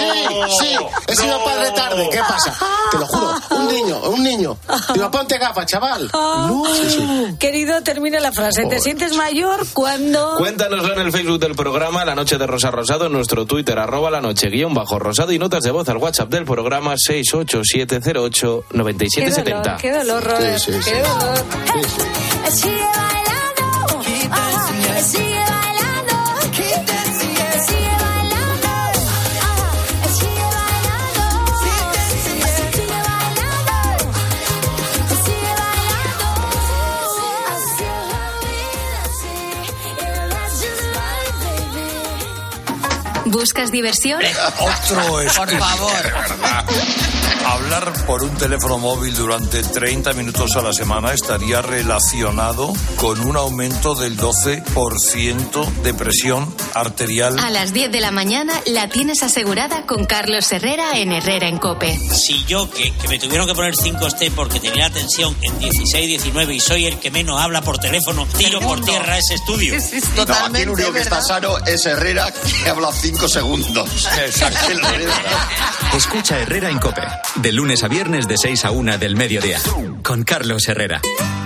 he sido padre tarde, ¿qué pasa? Te lo juro, un niño. Digo, ponte gafas, chaval. No. Querido, termina la frase. ¿Te sientes mayor cuando...? Cuéntanoslo en el Facebook del programa La Noche de Rosa Rosado, en nuestro Twitter, @lanoche_rosado y notas de voz al WhatsApp del programa 687089770. Qué dolor, Robert. Sí. Qué dolor. Sigue bailando, sigue bailando, sigue bailando, sigue bailando, sigue bailando. ¿Buscas diversión? Otro es. Por favor. Hablar por un teléfono móvil durante 30 minutos a la semana estaría relacionado con un aumento del 12% de presión arterial. A las 10 de la mañana la tienes asegurada con Carlos Herrera en Herrera en COPE. Si yo, que me tuvieron que poner 5T porque tenía la tensión en 16, 19 y soy el que menos habla por teléfono, tiro por tierra ese estudio. No, aquí el único que está sano es Herrera, que habla 5 segundos. Escucha Herrera en COPE, de lunes a viernes de 6 a 1 del mediodía, con Carlos Herrera.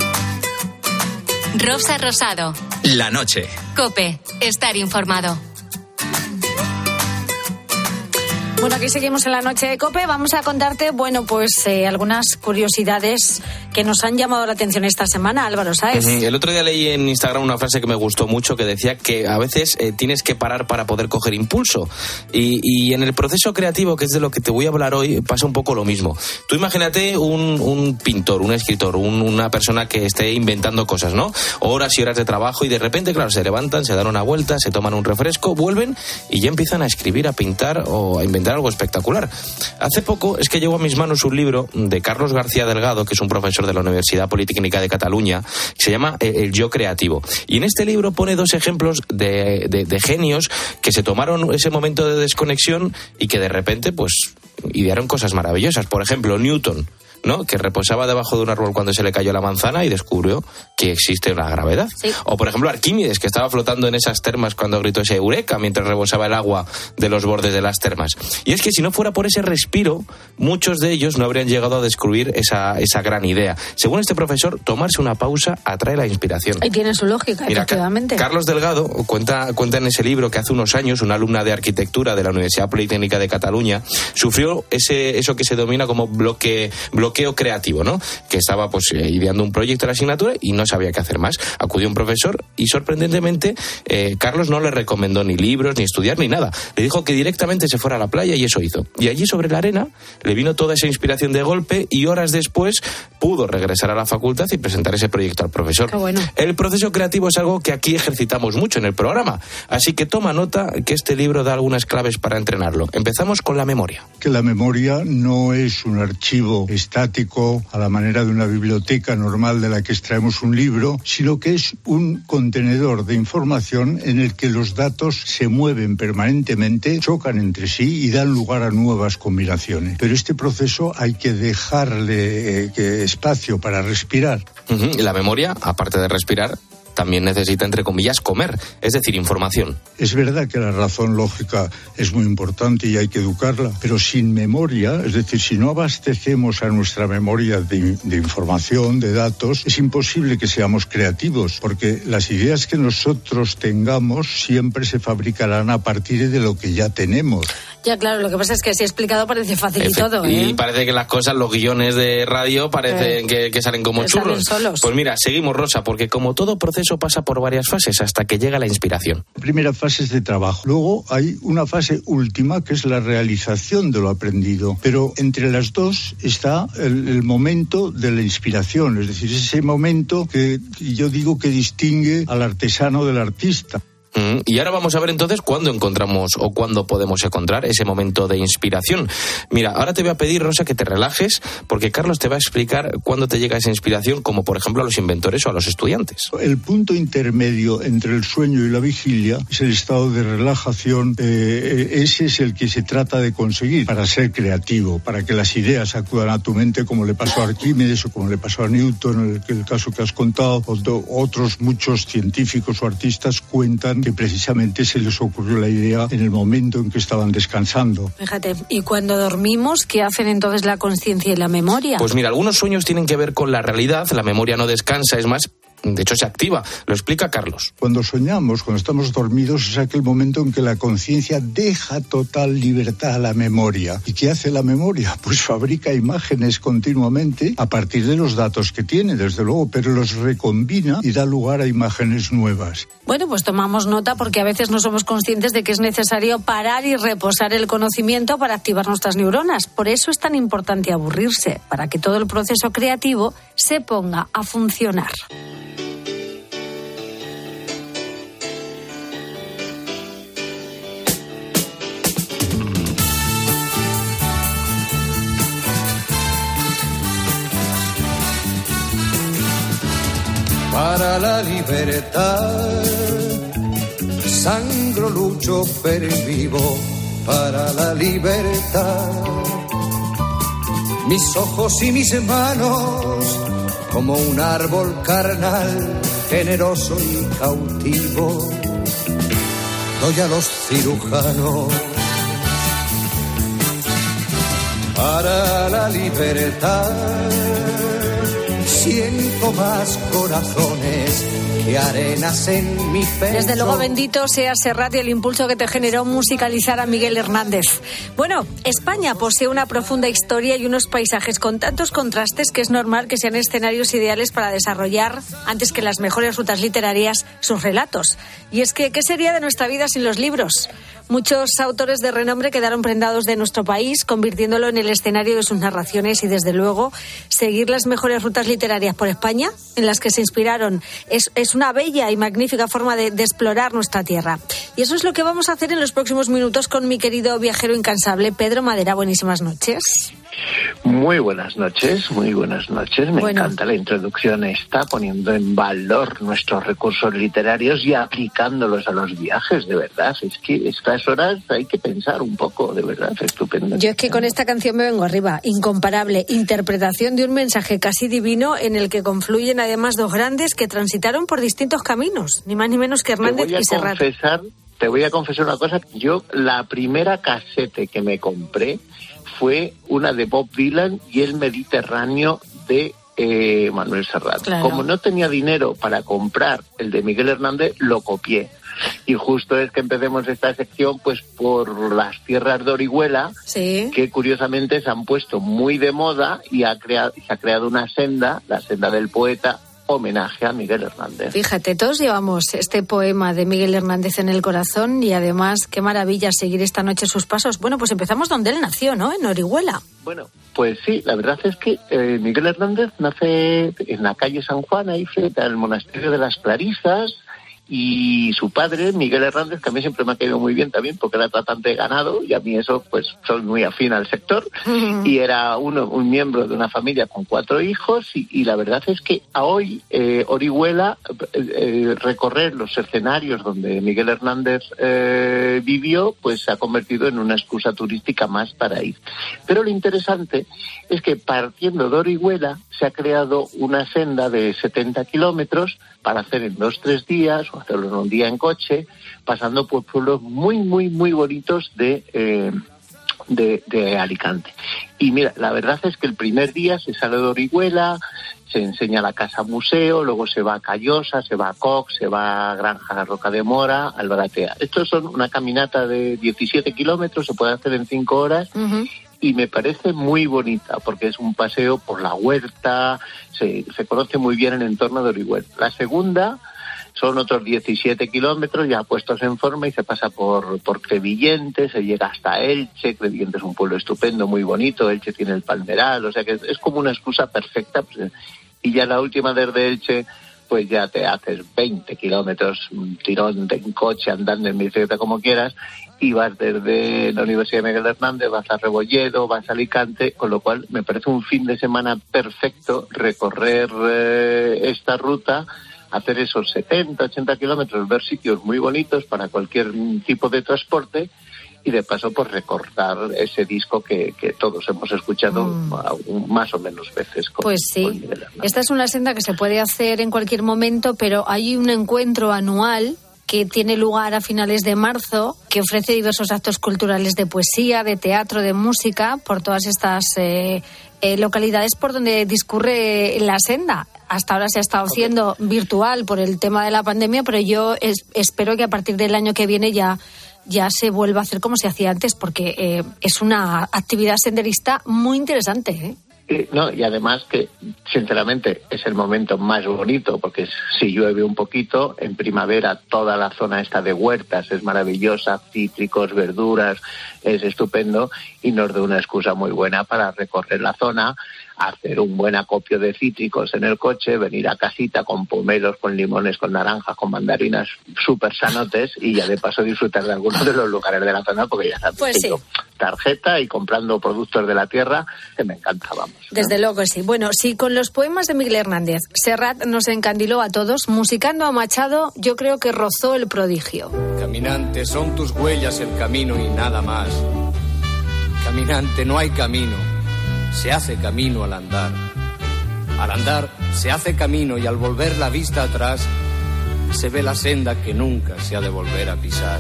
Rosa Rosado. La noche. COPE. Estar informado. Bueno, aquí seguimos en la noche de COPE. Vamos a contarte, algunas curiosidades que nos han llamado la atención esta semana, Álvaro, ¿sabes? El otro día leí en Instagram una frase que me gustó mucho, que decía que a veces tienes que parar para poder coger impulso. Y en el proceso creativo, que es de lo que te voy a hablar hoy, pasa un poco lo mismo. Tú imagínate un pintor, un escritor, una persona que esté inventando cosas, ¿no? Horas y horas de trabajo y de repente, claro, se levantan, se dan una vuelta, se toman un refresco, vuelven y ya empiezan a escribir, a pintar o a inventar algo espectacular. Hace poco es que llegó a mis manos un libro de Carlos García Delgado, que es un profesor de la Universidad Politécnica de Cataluña, que se llama El yo creativo. Y en este libro pone 2 ejemplos de genios que se tomaron ese momento de desconexión y que de repente, idearon cosas maravillosas. Por ejemplo, Newton, ¿no?, que reposaba debajo de un árbol cuando se le cayó la manzana y descubrió que existe una gravedad. Sí. O, por ejemplo, Arquímedes, que estaba flotando en esas termas cuando gritó ese eureka mientras rebosaba el agua de los bordes de las termas. Y es que si no fuera por ese respiro, muchos de ellos no habrían llegado a descubrir esa gran idea. Según este profesor, tomarse una pausa atrae la inspiración. Y tiene su lógica, efectivamente. Carlos Delgado cuenta en ese libro que hace unos años una alumna de arquitectura de la Universidad Politécnica de Cataluña sufrió eso que se denomina como bloqueo creativo, ¿no? Que estaba ideando un proyecto de la asignatura y no sabía qué hacer más. Acudió un profesor y sorprendentemente Carlos no le recomendó ni libros, ni estudiar, ni nada. Le dijo que directamente se fuera a la playa y eso hizo. Y allí sobre la arena le vino toda esa inspiración de golpe y horas después pudo regresar a la facultad y presentar ese proyecto al profesor. Qué bueno. El proceso creativo es algo que aquí ejercitamos mucho en el programa, así que toma nota que este libro da algunas claves para entrenarlo. Empezamos con la memoria. Que la memoria no es un archivo estático a la manera de una biblioteca normal de la que extraemos un libro, sino que es un contenedor de información en el que los datos se mueven permanentemente, chocan entre sí y dan lugar a nuevas combinaciones. Pero este proceso hay que dejarle espacio para respirar. La memoria, aparte de respirar, también necesita, entre comillas, comer, es decir, información. Es verdad que la razón lógica es muy importante y hay que educarla, pero sin memoria, es decir, si no abastecemos a nuestra memoria de información, de datos, es imposible que seamos creativos, porque las ideas que nosotros tengamos siempre se fabricarán a partir de lo que ya tenemos. Ya, claro, lo que pasa es que si explicado parece fácil y todo, Y parece que las cosas, los guiones de radio parecen que salen como churros. Salen solos. Pues mira, seguimos, Rosa, porque como todo proceso pasa por varias fases hasta que llega la inspiración. La primera fase es de trabajo. Luego hay una fase última que es la realización de lo aprendido. Pero entre las dos está el momento de la inspiración, es decir, ese momento que yo digo que distingue al artesano del artista. Y ahora vamos a ver entonces cuándo encontramos o cuándo podemos encontrar ese momento de inspiración. Mira, ahora te voy a pedir, Rosa, que te relajes, porque Carlos te va a explicar cuándo te llega esa inspiración, como por ejemplo a los inventores o a los estudiantes. El punto intermedio entre el sueño y la vigilia es el estado de relajación. Ese es el que se trata de conseguir para ser creativo, para que las ideas acudan a tu mente, como le pasó a Arquímedes o como le pasó a Newton, en el caso que has contado. Otros muchos científicos o artistas cuentan que precisamente se les ocurrió la idea en el momento en que estaban descansando. Fíjate, ¿y cuando dormimos, qué hacen entonces la conciencia y la memoria? Pues mira, algunos sueños tienen que ver con la realidad, la memoria no descansa, es más, de hecho se activa. Lo explica Carlos. Cuando soñamos, cuando estamos dormidos, es aquel momento en que la conciencia deja total libertad a la memoria. ¿Y qué hace la memoria? Pues fabrica imágenes continuamente a partir de los datos que tiene, desde luego, pero los recombina y da lugar a imágenes nuevas. Bueno, pues tomamos nota porque a veces no somos conscientes de que es necesario parar y reposar el conocimiento para activar nuestras neuronas. Por eso es tan importante aburrirse, para que todo el proceso creativo se ponga a funcionar. Para la libertad, sangro, lucho, pervivo para la libertad. Mis ojos y mis manos, como un árbol carnal, generoso y cautivo, doy a los cirujanos. Para la libertad, siento más corazones que arenas en mi pecho. Desde luego, bendito sea Serrat y el impulso que te generó musicalizar a Miguel Hernández. Bueno, España posee una profunda historia y unos paisajes con tantos contrastes que es normal que sean escenarios ideales para desarrollar, antes que las mejores rutas literarias, sus relatos. Y es que, ¿qué sería de nuestra vida sin los libros? Muchos autores de renombre quedaron prendados de nuestro país, convirtiéndolo en el escenario de sus narraciones y, desde luego, seguir las mejores rutas literarias por España, en las que se inspiraron, es una bella y magnífica forma de explorar nuestra tierra. Y eso es lo que vamos a hacer en los próximos minutos con mi querido viajero incansable, Pedro Madera. Buenísimas noches. Muy buenas noches, muy buenas noches. Me encanta la introducción. Está poniendo en valor nuestros recursos literarios y aplicándolos a los viajes, de verdad. Es que estas horas hay que pensar un poco, de verdad, estupendo. Yo es que con esta canción me vengo arriba. Incomparable interpretación de un mensaje casi divino en el que confluyen además dos grandes que transitaron por distintos caminos, ni más ni menos que Hernández y Serrat. Te voy a confesar una cosa. Yo, la primera casete que me compré fue una de Bob Dylan y El Mediterráneo de Manuel Serrat. Claro. Como no tenía dinero para comprar el de Miguel Hernández, lo copié. Y justo es que empecemos esta sección pues por las tierras de Orihuela, sí, que curiosamente se han puesto muy de moda y se ha creado una senda, la senda del poeta, homenaje a Miguel Hernández. Fíjate, todos llevamos este poema de Miguel Hernández en el corazón y además qué maravilla seguir esta noche sus pasos. Bueno, pues empezamos donde él nació, ¿no? En Orihuela. Bueno, pues sí, la verdad es que Miguel Hernández nace en la calle San Juan, ahí frente al monasterio de las Clarisas, y su padre, Miguel Hernández, que a mí siempre me ha caído muy bien también porque era tratante de ganado y a mí eso pues soy muy afín al sector, y era un miembro de una familia con 4 hijos y la verdad es que a hoy Orihuela, recorrer los escenarios donde Miguel Hernández vivió, pues se ha convertido en una excusa turística más para ir. Pero lo interesante es que partiendo de Orihuela se ha creado una senda de 70 kilómetros para hacer en 2-3 días o hacerlo en un día en coche, pasando por pueblos muy, muy, muy bonitos de Alicante. Y mira, la verdad es que el primer día se sale de Orihuela, se enseña la casa museo, luego se va a Callosa, se va a Cox, se va a Granja Roca de Mora, Albaratea. Estos son una caminata de 17 kilómetros, se puede hacer en 5 horas. Uh-huh. Y me parece muy bonita porque es un paseo por la huerta, se conoce muy bien el entorno de Orihuela. La segunda son otros 17 kilómetros ya puestos en forma y se pasa por Crevillente, se llega hasta Elche. Crevillente es un pueblo estupendo, muy bonito, Elche tiene el Palmeral, o sea que es como una excusa perfecta. Pues, y ya la última desde Elche, pues ya te haces 20 kilómetros, un tirón en coche, andando en bicicleta, como quieras, y vas desde la Universidad de Miguel Hernández, vas a Rebolledo, vas a Alicante, con lo cual me parece un fin de semana perfecto recorrer esta ruta, hacer esos 70, 80 kilómetros, ver sitios muy bonitos para cualquier tipo de transporte y de paso pues recordar ese disco que todos hemos escuchado más o menos veces. Pues sí, esta es una senda que se puede hacer en cualquier momento, pero hay un encuentro anual que tiene lugar a finales de marzo, que ofrece diversos actos culturales de poesía, de teatro, de música, por todas estas localidades por donde discurre la senda. Hasta ahora se ha estado haciendo virtual por el tema de la pandemia, pero yo espero que a partir del año que viene ya se vuelva a hacer como se hacía antes, porque es una actividad senderista muy interesante, ¿eh? No, y además que, sinceramente, es el momento más bonito, porque si llueve un poquito, en primavera toda la zona esta de huertas es maravillosa, cítricos, verduras, es estupendo, y nos da una excusa muy buena para recorrer la zona, hacer un buen acopio de cítricos en el coche, venir a casita con pomelos, con limones, con naranjas, con mandarinas súper sanotes, y ya de paso disfrutar de algunos de los lugares de la zona, porque ya sabes, pues sí, tarjeta y comprando productos de la tierra, que me encanta, vamos, ¿no? Desde luego que sí. Bueno, si con los poemas de Miguel Hernández Serrat nos encandiló a todos, musicando a Machado, yo creo que rozó el prodigio. Caminante, son tus huellas el camino y nada más. Caminante, no hay camino, se hace camino al andar. Al andar se hace camino y al volver la vista atrás se ve la senda que nunca se ha de volver a pisar.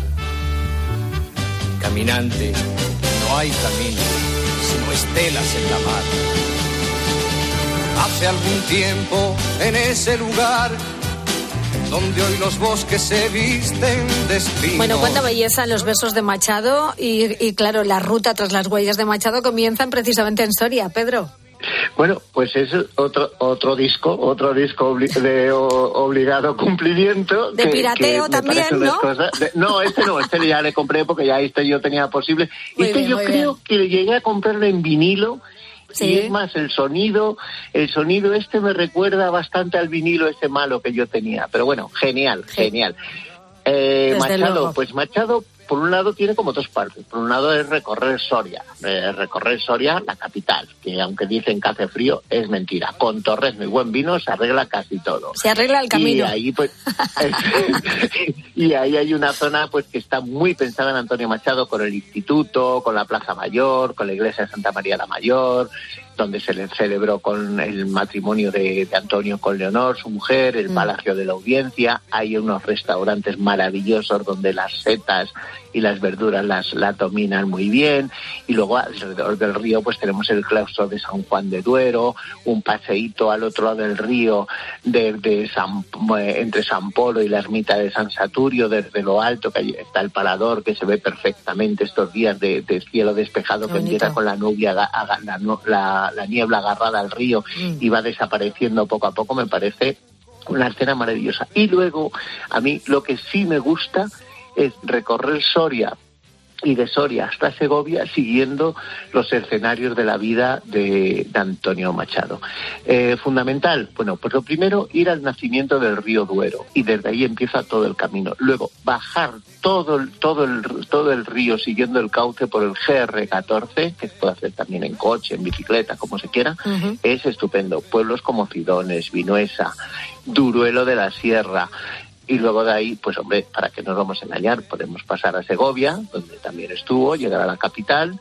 Caminante, no hay camino, sino estelas en la mar. Hace algún tiempo en ese lugar donde hoy los bosques se visten de espinos. Bueno, cuánta belleza en los versos de Machado y claro, la ruta tras las huellas de Machado comienzan precisamente en Soria, Pedro. Bueno, pues es otro disco obligado cumplimiento. De pirateo también, ¿no? No, este ya le compré porque ya yo tenía posible. Muy bien, yo creo que le llegué a comprarlo en vinilo. Sí. Y es más, el sonido este me recuerda bastante al vinilo ese malo que yo tenía. Pero bueno, genial. Machado, pues Machado, por un lado, tiene como dos partes. Por un lado es recorrer Soria, la capital, que aunque dicen que hace frío, es mentira. Con Torresmo y buen vino se arregla casi todo. Se arregla el camino. Y ahí, pues, y ahí hay una zona pues que está muy pensada en Antonio Machado, con el Instituto, con la Plaza Mayor, con la Iglesia de Santa María la Mayor, donde se le celebró con el matrimonio de Antonio con Leonor, su mujer, el Palacio de la Audiencia. Hay unos restaurantes maravillosos donde las setas y las verduras las dominan muy bien. Y luego alrededor del río pues tenemos el claustro de San Juan de Duero, un paseíto al otro lado del río entre San Polo y la ermita de San Saturio, desde lo alto, que ahí está el parador, que se ve perfectamente estos días de cielo despejado, que empieza con la la niebla agarrada al río y va desapareciendo poco a poco. Me parece una escena maravillosa. Y luego, a mí lo que sí me gusta es recorrer Soria, y de Soria hasta Segovia, siguiendo los escenarios de la vida de Antonio Machado. Fundamental, bueno, pues lo primero, ir al nacimiento del río Duero, y desde ahí empieza todo el camino. Luego, bajar todo el río siguiendo el cauce por el GR14, que se puede hacer también en coche, en bicicleta, como se quiera. Es estupendo. Pueblos como Cidones, Vinuesa, Duruelo de la Sierra. Y luego de ahí, pues hombre, para que no nos vamos a engañar, podemos pasar a Segovia, donde también estuvo, llegar a la capital,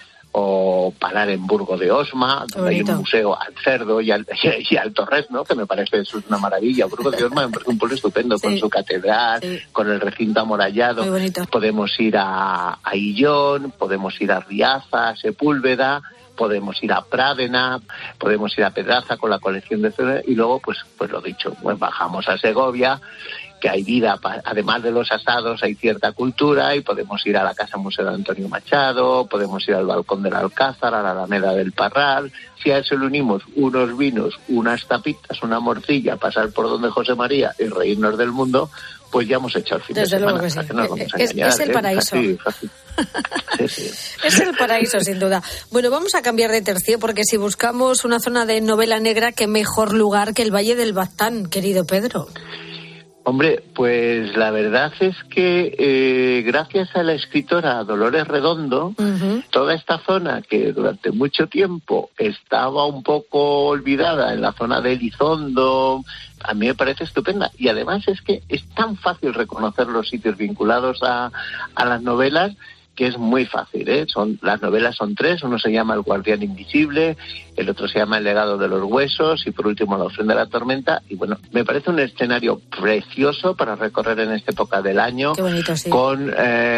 o parar en Burgo de Osma, donde hay un museo al cerdo y al Torresmo, que me parece eso es una maravilla. Burgo de Osma me parece un pueblo estupendo, con su catedral, con el recinto amurallado. Podemos ir a Illón, podemos ir a Riaza, a Sepúlveda, podemos ir a Prádena, podemos ir a Pedraza con la colección de cine, y luego, pues lo dicho, pues bajamos a Segovia, que hay vida, además de los asados, hay cierta cultura, y podemos ir a la Casa Museo de Antonio Machado, podemos ir al Balcón del Alcázar, a la Alameda del Parral. Si a eso le unimos unos vinos, unas tapitas, una morcilla, pasar por donde José María y reírnos del mundo, pues ya hemos hecho el fin Desde de semana. Luego que sí. Que no nos vamos a engañar, es el paraíso. Fácil. Sí. Es el paraíso, sin duda. Bueno, vamos a cambiar de tercio, porque si buscamos una zona de novela negra, qué mejor lugar que el Valle del Baztán, querido Pedro. Hombre, pues la verdad es que gracias a la escritora Dolores Redondo, toda esta zona que durante mucho tiempo estaba un poco olvidada, en la zona de Elizondo, a mí me parece estupenda. Y además es que es tan fácil reconocer los sitios vinculados a las novelas, que es muy fácil, ¿eh? Las novelas son tres: uno se llama El Guardián Invisible, el otro se llama El Legado de los Huesos, y por último La Ofrenda de la Tormenta. Y bueno, me parece un escenario precioso para recorrer en esta época del año. Qué bonito, sí. Con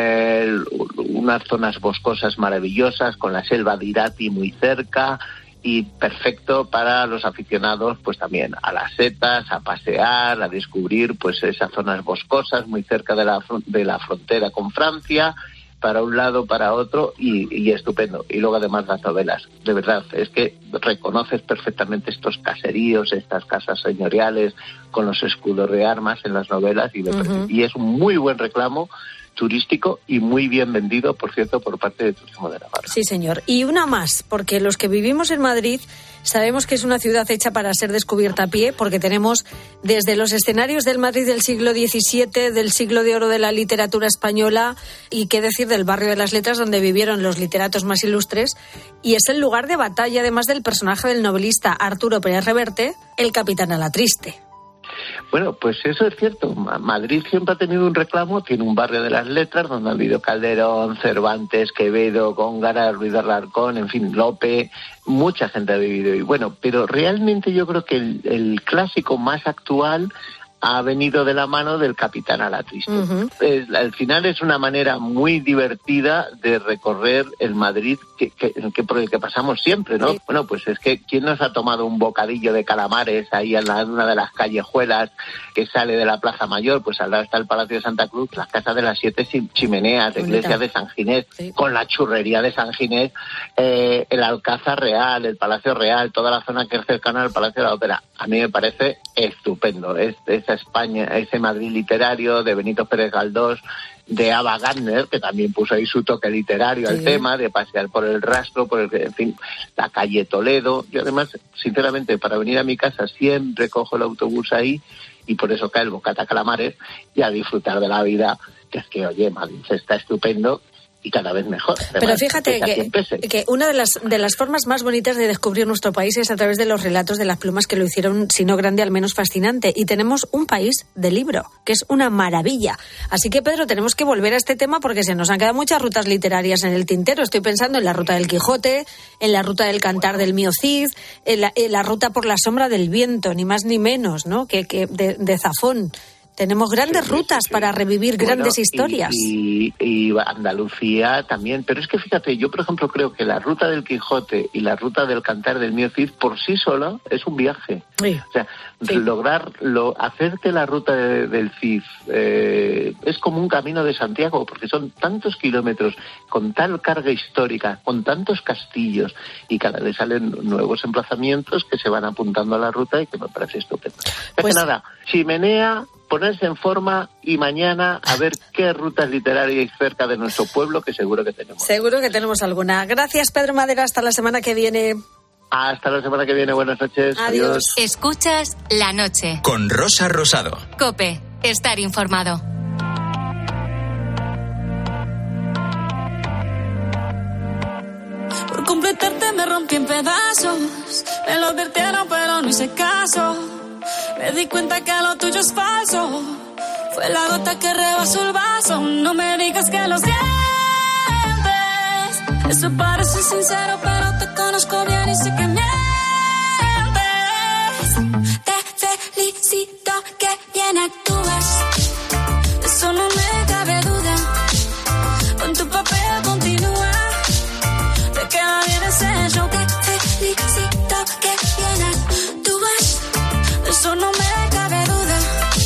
unas zonas boscosas maravillosas, con la selva de Irati muy cerca, y perfecto para los aficionados, pues también a las setas, a pasear, a descubrir pues esas zonas boscosas muy cerca de la frontera con Francia, para un lado, para otro, y estupendo. Y luego además las novelas, de verdad, es que reconoces perfectamente estos caseríos, estas casas señoriales con los escudos de armas en las novelas, y es un muy buen reclamo turístico y muy bien vendido, por cierto, por parte de Turismo de Navarra. Sí, señor. Y una más, porque los que vivimos en Madrid sabemos que es una ciudad hecha para ser descubierta a pie, porque tenemos desde los escenarios del Madrid del siglo XVII, del siglo de oro de la literatura española, y qué decir del barrio de las Letras, donde vivieron los literatos más ilustres, y es el lugar de batalla, además del personaje del novelista Arturo Pérez Reverte, el capitán Alatriste. Bueno, pues eso es cierto. Madrid siempre ha tenido un reclamo, tiene un barrio de las letras donde ha habido Calderón, Cervantes, Quevedo, Góngora, Ruiz de Alarcón, en fin, Lope, mucha gente ha vivido. Y bueno, pero realmente yo creo que el clásico más actual ha venido de la mano del Capitán a la Triste. Al final es una manera muy divertida de recorrer el Madrid por el que pasamos siempre, ¿no? Sí. Bueno, pues es que ¿quién nos ha tomado un bocadillo de calamares ahí en una de las callejuelas que sale de la Plaza Mayor? Pues al lado está el Palacio de Santa Cruz, las casas de las 7 chimeneas, la iglesia de San Ginés, con la churrería de San Ginés, el Alcázar Real, el Palacio Real, toda la zona que es cercana al Palacio de la Ópera. A mí me parece estupendo. Esa España, ese Madrid literario de Benito Pérez Galdós, de Ava Gardner, que también puso ahí su toque literario al tema, de pasear por el Rastro, en fin, la calle Toledo. Yo además, sinceramente, para venir a mi casa siempre cojo el autobús ahí y por eso cae el bocata calamares y a disfrutar de la vida, que es que, oye, Madrid está estupendo y cada vez mejor. Además, pero fíjate que una de las formas más bonitas de descubrir nuestro país es a través de los relatos de las plumas que lo hicieron, si no grande, al menos fascinante. Y tenemos un país de libro, que es una maravilla. Así que, Pedro, tenemos que volver a este tema porque se nos han quedado muchas rutas literarias en el tintero. Estoy pensando en la ruta del Quijote, en la ruta del Cantar del Mío Cid, en la ruta por la sombra del viento, ni más ni menos, ¿no? Que de Zafón. Tenemos grandes rutas para revivir grandes historias. Y Andalucía también. Pero es que fíjate, yo por ejemplo creo que la ruta del Quijote y la ruta del Cantar del Mío Cid por sí sola es un viaje. Sí. O sea, hacer que la ruta del Cid es como un camino de Santiago, porque son tantos kilómetros, con tal carga histórica, con tantos castillos, y cada vez salen nuevos emplazamientos que se van apuntando a la ruta y que me parece estupendo. Pues nada, chimenea, ponerse en forma y mañana a ver qué rutas literarias hay cerca de nuestro pueblo, que seguro que tenemos. Seguro que tenemos alguna. Gracias, Pedro Madera. Hasta la semana que viene. Hasta la semana que viene. Buenas noches. Adiós. Escuchas La Noche. Con Rosa Rosado. COPE. Estar informado. Por completarte me rompí en pedazos. Me lo advirtieron pero no hice caso. Me di cuenta que lo tuyo es falso. Fue la gota que rebasó el vaso. No me digas que lo sientes. Eso parece sincero, pero te conozco bien y sé que mientes. Te felicito que bien actúas. Eso no me cabe duda. Con tu papel continúa. Te queda bien ese show. Te felicito que bien actúas. Eso no me cabe duda.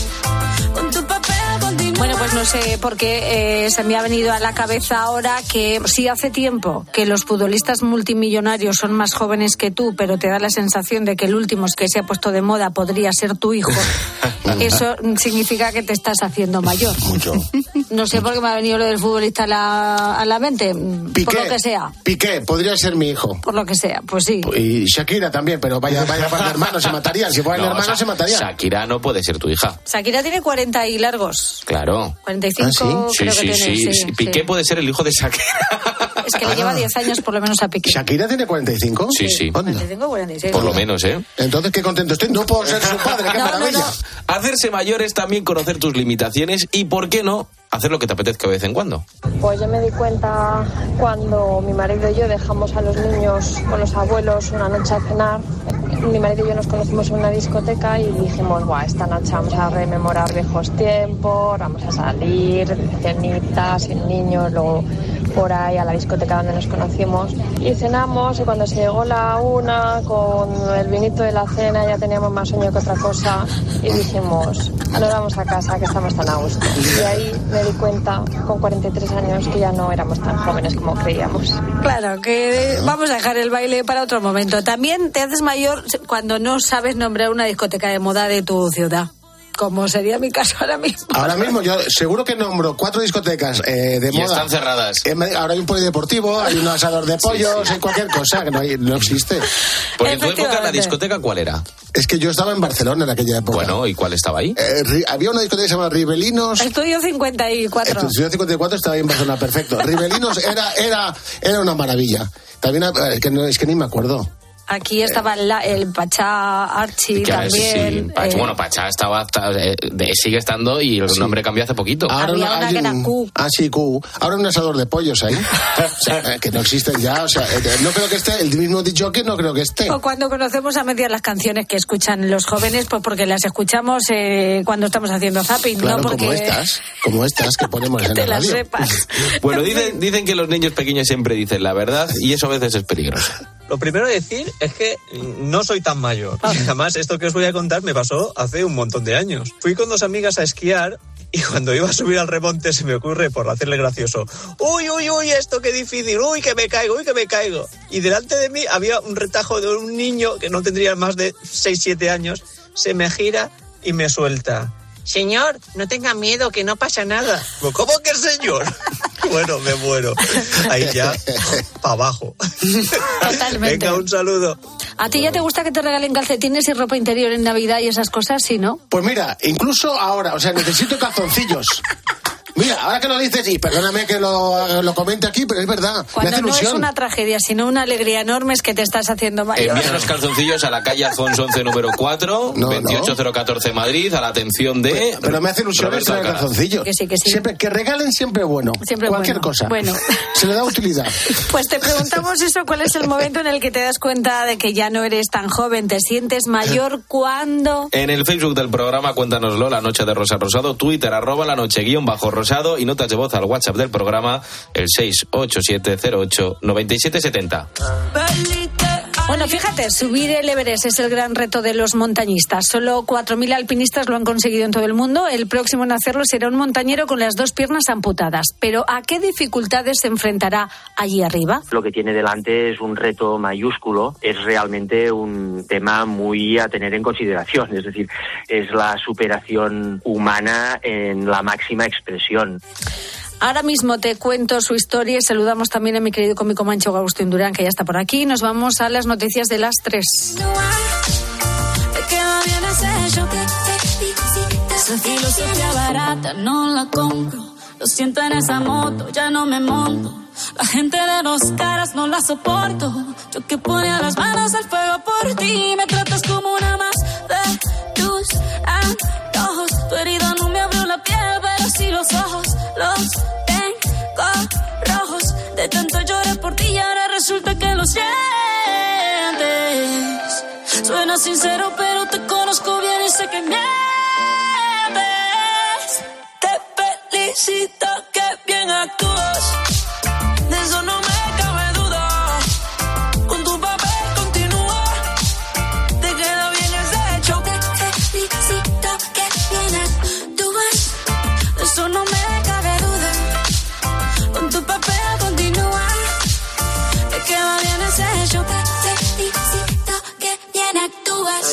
Con tu papel continúa. Bueno, pues no sé por qué se me ha venido a la cabeza ahora que si hace tiempo que los futbolistas multimillonarios son más jóvenes que tú, pero te da la sensación de que el último que se ha puesto de moda podría ser tu hijo, eso significa que te estás haciendo mayor. Mucho. No sé por qué me ha venido lo del futbolista a la mente. Piqué, por lo que sea. Piqué, podría ser mi hijo. Por lo que sea, pues sí. Y Shakira también, pero vaya para hermanos, se matarían. Si fueran hermanos, se matarían. Shakira no puede ser tu hija. Shakira tiene 40 y largos. Claro. 45 creo que tiene. Sí. Piqué puede ser el hijo de Shakira. Es que le lleva 10 años por lo menos a Piqué. ¿Shakira tiene 45? Sí. 45 o 46. Por lo menos, ¿eh? Entonces, qué contento estoy. No puedo ser su padre, qué maravilla. No. Hacerse mayor es también conocer tus limitaciones y, ¿por qué no?, hacer lo que te apetezca de vez en cuando. Pues yo me di cuenta cuando mi marido y yo dejamos a los niños con los abuelos una noche a cenar. Mi marido y yo nos conocimos en una discoteca y dijimos, esta noche vamos a rememorar viejos tiempos, vamos a salir, cenitas, sin niños, luego por ahí a la discoteca donde nos conocimos. Y cenamos y cuando se llegó la 1 con el vinito de la cena ya teníamos más sueño que otra cosa y dijimos, nos vamos a casa que estamos tan a gusto. Y ahí me di cuenta con 43 años que ya no éramos tan jóvenes como creíamos. Claro, que vamos a dejar el baile para otro momento. También te haces mayor cuando no sabes nombrar una discoteca de moda de tu ciudad, como sería mi caso ahora mismo. Ahora mismo yo seguro que nombro 4 discotecas de moda. Y están cerradas. Ahora hay un polideportivo, hay un asador de pollos, hay cualquier cosa que no existe. Pues en tu época, ¿la discoteca cuál era? Es que yo estaba en Barcelona en aquella época. Bueno, ¿y cuál estaba ahí? Había una discoteca que se llama Ribelinos. Estudio 54. Estudio 54 estaba ahí en Barcelona, perfecto. Ribelinos era una maravilla. También, es que ni me acuerdo. Aquí estaba el Pachá Archie también. Sí. Bueno, Pachá sigue estando y el nombre cambió hace poquito. Ahora había una que era Q. Sí, Q. Ahora un asador de pollos ahí. O sea, que no existen ya. O sea, no creo que esté, el mismo dicho que no creo que esté. O cuando conocemos a medias las canciones que escuchan los jóvenes, pues porque las escuchamos cuando estamos haciendo zapping, claro, ¿no? Porque... como estas que ponemos que en te la las radio. sepas. Bueno, dicen que los niños pequeños siempre dicen la verdad y eso a veces es peligroso. Lo primero a decir es que no soy tan mayor. Además, esto que os voy a contar me pasó hace un montón de años. Fui con 2 amigas a esquiar y cuando iba a subir al remonte se me ocurre, por hacerle gracioso, uy, esto qué difícil, uy, que me caigo. Y delante de mí había un retajo de un niño que no tendría más de 6-7 años. Se me gira y me suelta. Señor, no tenga miedo, que no pasa nada. ¿Cómo que señor? Bueno, me muero. Ahí ya, para abajo. Totalmente. Venga, un saludo. ¿A ti ya te gusta que te regalen calcetines y ropa interior en Navidad y esas cosas, sí, no? Pues mira, incluso ahora, o sea, necesito calzoncillos. Mira, ahora que lo dices, y perdóname que lo comente aquí, pero es verdad. Cuando me hace no ilusión. es una tragedia, sino una alegría enorme, es que te estás haciendo mayor. Envía los calzoncillos a la calle Alfonso 11 número 4, 28014 Madrid, a la atención de... Pero me hace ilusión Roberto el calzoncillo. Que sí. Siempre, que regalen siempre bueno. Siempre cualquier bueno. cosa. Bueno. Se le da utilidad. Pues te preguntamos eso, ¿cuál es el momento en el que te das cuenta de que ya no eres tan joven? ¿Te sientes mayor cuándo? En el Facebook del programa cuéntanoslo, La Noche de Rosa Rosado, Twitter, @lanoche_rosado y notas de voz al WhatsApp del programa, el 687089770. Bueno, fíjate, subir el Everest es el gran reto de los montañistas. Solo 4.000 alpinistas lo han conseguido en todo el mundo. El próximo en hacerlo será un montañero con las 2 piernas amputadas. Pero ¿a qué dificultades se enfrentará allí arriba? Lo que tiene delante es un reto mayúsculo. Es realmente un tema muy a tener en consideración. Es decir, es la superación humana en la máxima expresión. Ahora mismo te cuento su historia y saludamos también a mi querido cómico Mancho Agustín Durán, que ya está por aquí. Nos vamos a las noticias de las 3. Esa filosofía barata no la compro. Lo siento en esa moto, ya no me monto. La gente de 2 caras no la soporto. Yo que ponía las manos al fuego por ti. Me tratas como una más de tus antojos. Tu herida no me abrió la piel, pero sí los ojos. Los tengo rojos. De tanto lloré por ti y ahora resulta que lo sientes. Suena sincero, pero te conozco bien y sé que mientes. Te felicito, que bien actúas. De eso no me cabe duda. Con tu papel continúa. Te queda bien ese hecho. Te felicito, que bien actúas. De eso no me cabe duda. Con tu papel continúa. Te queda bien ese hecho. Te felicito, que bien actúas.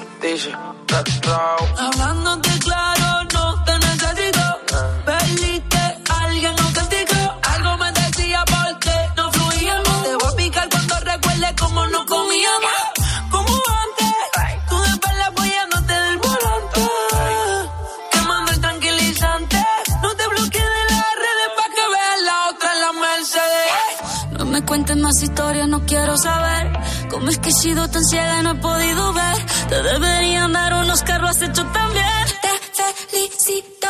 Hablándote claro, no te necesito. Perdiste a alguien, no castigo. Algo me decía porque no fluíamos. Te voy a picar cuando recuerde cómo no comíamos. Como antes, tú de espalda apoyándote del volante. Quemando el tranquilizante. No te bloquees de las redes pa' que veas la otra en la Mercedes. No me cuentes más historias, no quiero saber. Cómo es que he sido tan ciega y no he podido ver. Te deberían dar unos carros hechos también. Te felicito.